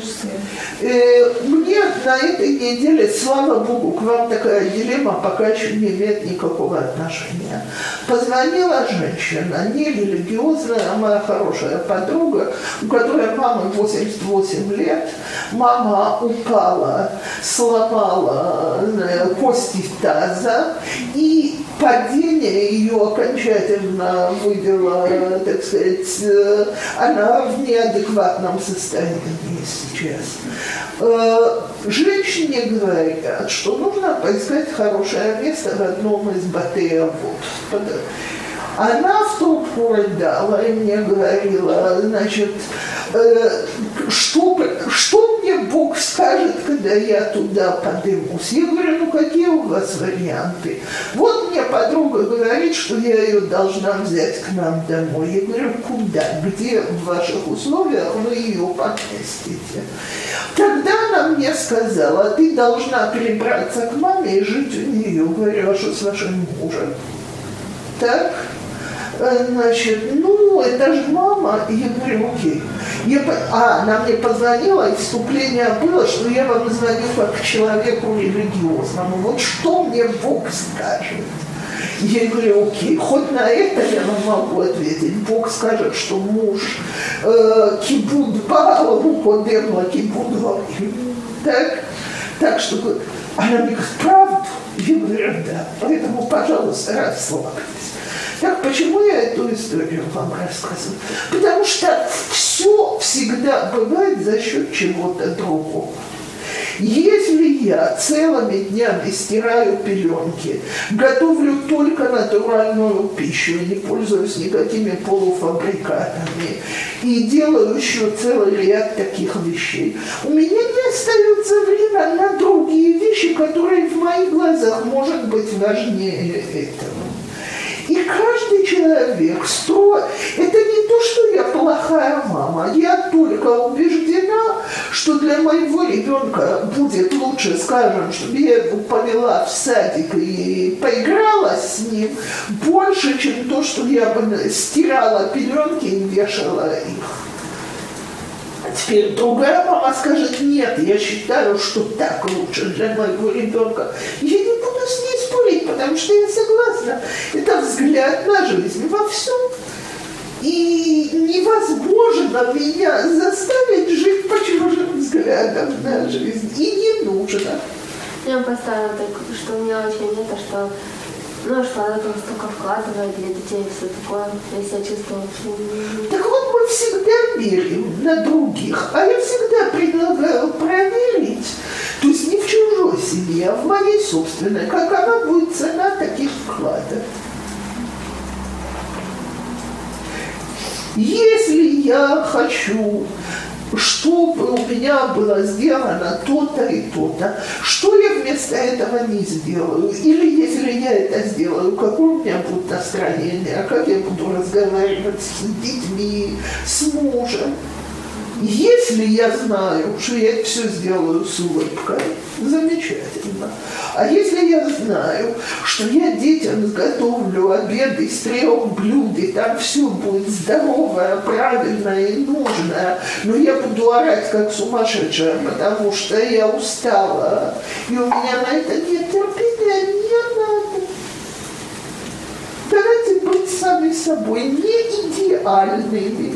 Мне на этой неделе, слава Богу, к вам такая дилемма пока еще не имеет никакого отношения. Позвонила женщина, не религиозная, а моя хорошая подруга, у которой маме восемьдесят восемь лет. Мама упала, сломала кости таза, и падение ее окончательно вывело, так сказать, она в неадекватном состоянии сейчас. Женщине говорят, что нужно поискать хорошее место в одном из батея. Вот. Она в трубку рыдала и мне говорила, значит, э, что, что мне Бог скажет, когда я туда подымусь? Я говорю, ну какие у вас варианты? Вот мне подруга говорит, что я ее должна взять к нам домой. Я говорю, куда? Где в ваших условиях вы ее поместите? Тогда она мне сказала, ты должна перебраться к маме и жить у нее. Я говорю, а что с вашим мужем? Так? Значит, ну, это же мама. И я говорю, окей. Я, а, она мне позвонила, и вступление было, что я вам звоню как к человеку религиозному. Вот что мне Бог скажет? Я говорю, окей, хоть на это я вам могу ответить. Бог скажет, что муж э, кибуд баал, кодемла кибуд валим. Так? Так что она мне говорит, правду? Я говорю, да. Поэтому, пожалуйста, расслабьтесь. Так почему я эту историю вам рассказываю? Потому что все всегда бывает за счет чего-то другого. Если я целыми днями стираю пеленки, готовлю только натуральную пищу и не пользуюсь никакими полуфабрикатами, и делаю еще целый ряд таких вещей, у меня не остается времени на другие вещи, которые в моих глазах, может быть, важнее этого. И каждый человек строит... Это не то, что я плохая мама. Я только убеждена, что для моего ребенка будет лучше, скажем, чтобы я его повела в садик и поиграла с ним, больше, чем то, что я бы стирала пеленки и вешала их. А теперь другая мама скажет, нет, я считаю, что так лучше для моего ребенка. Я не буду с ней спорить, потому что я согласна. Это взгляд на жизнь во всем. И невозможно меня заставить жить по чужим взглядам на жизнь. И не нужно. Я поставила так, что у меня очень это, что ну, что она там столько вкладывает для детей и все такое. Я себя чувствую очень... Так вот мы всегда верим на других, а я всегда предлагаю проверить, то есть не в чужой семье, а в моей собственной, какова будет цена таких вкладов. Если я хочу, чтобы у меня было сделано то-то и то-то, что я вместо этого не сделаю? Или если я это сделаю, какое у меня будет настроение, как я буду разговаривать с детьми, с мужем? Если я знаю, что я все сделаю с улыбкой, замечательно. А если я знаю, что я детям изготовлю обед из трех блюд, и там все будет здоровое, правильное и нужное, но я буду орать как сумасшедшая, потому что я устала, и у меня на это нет терпения, не надо. реальными.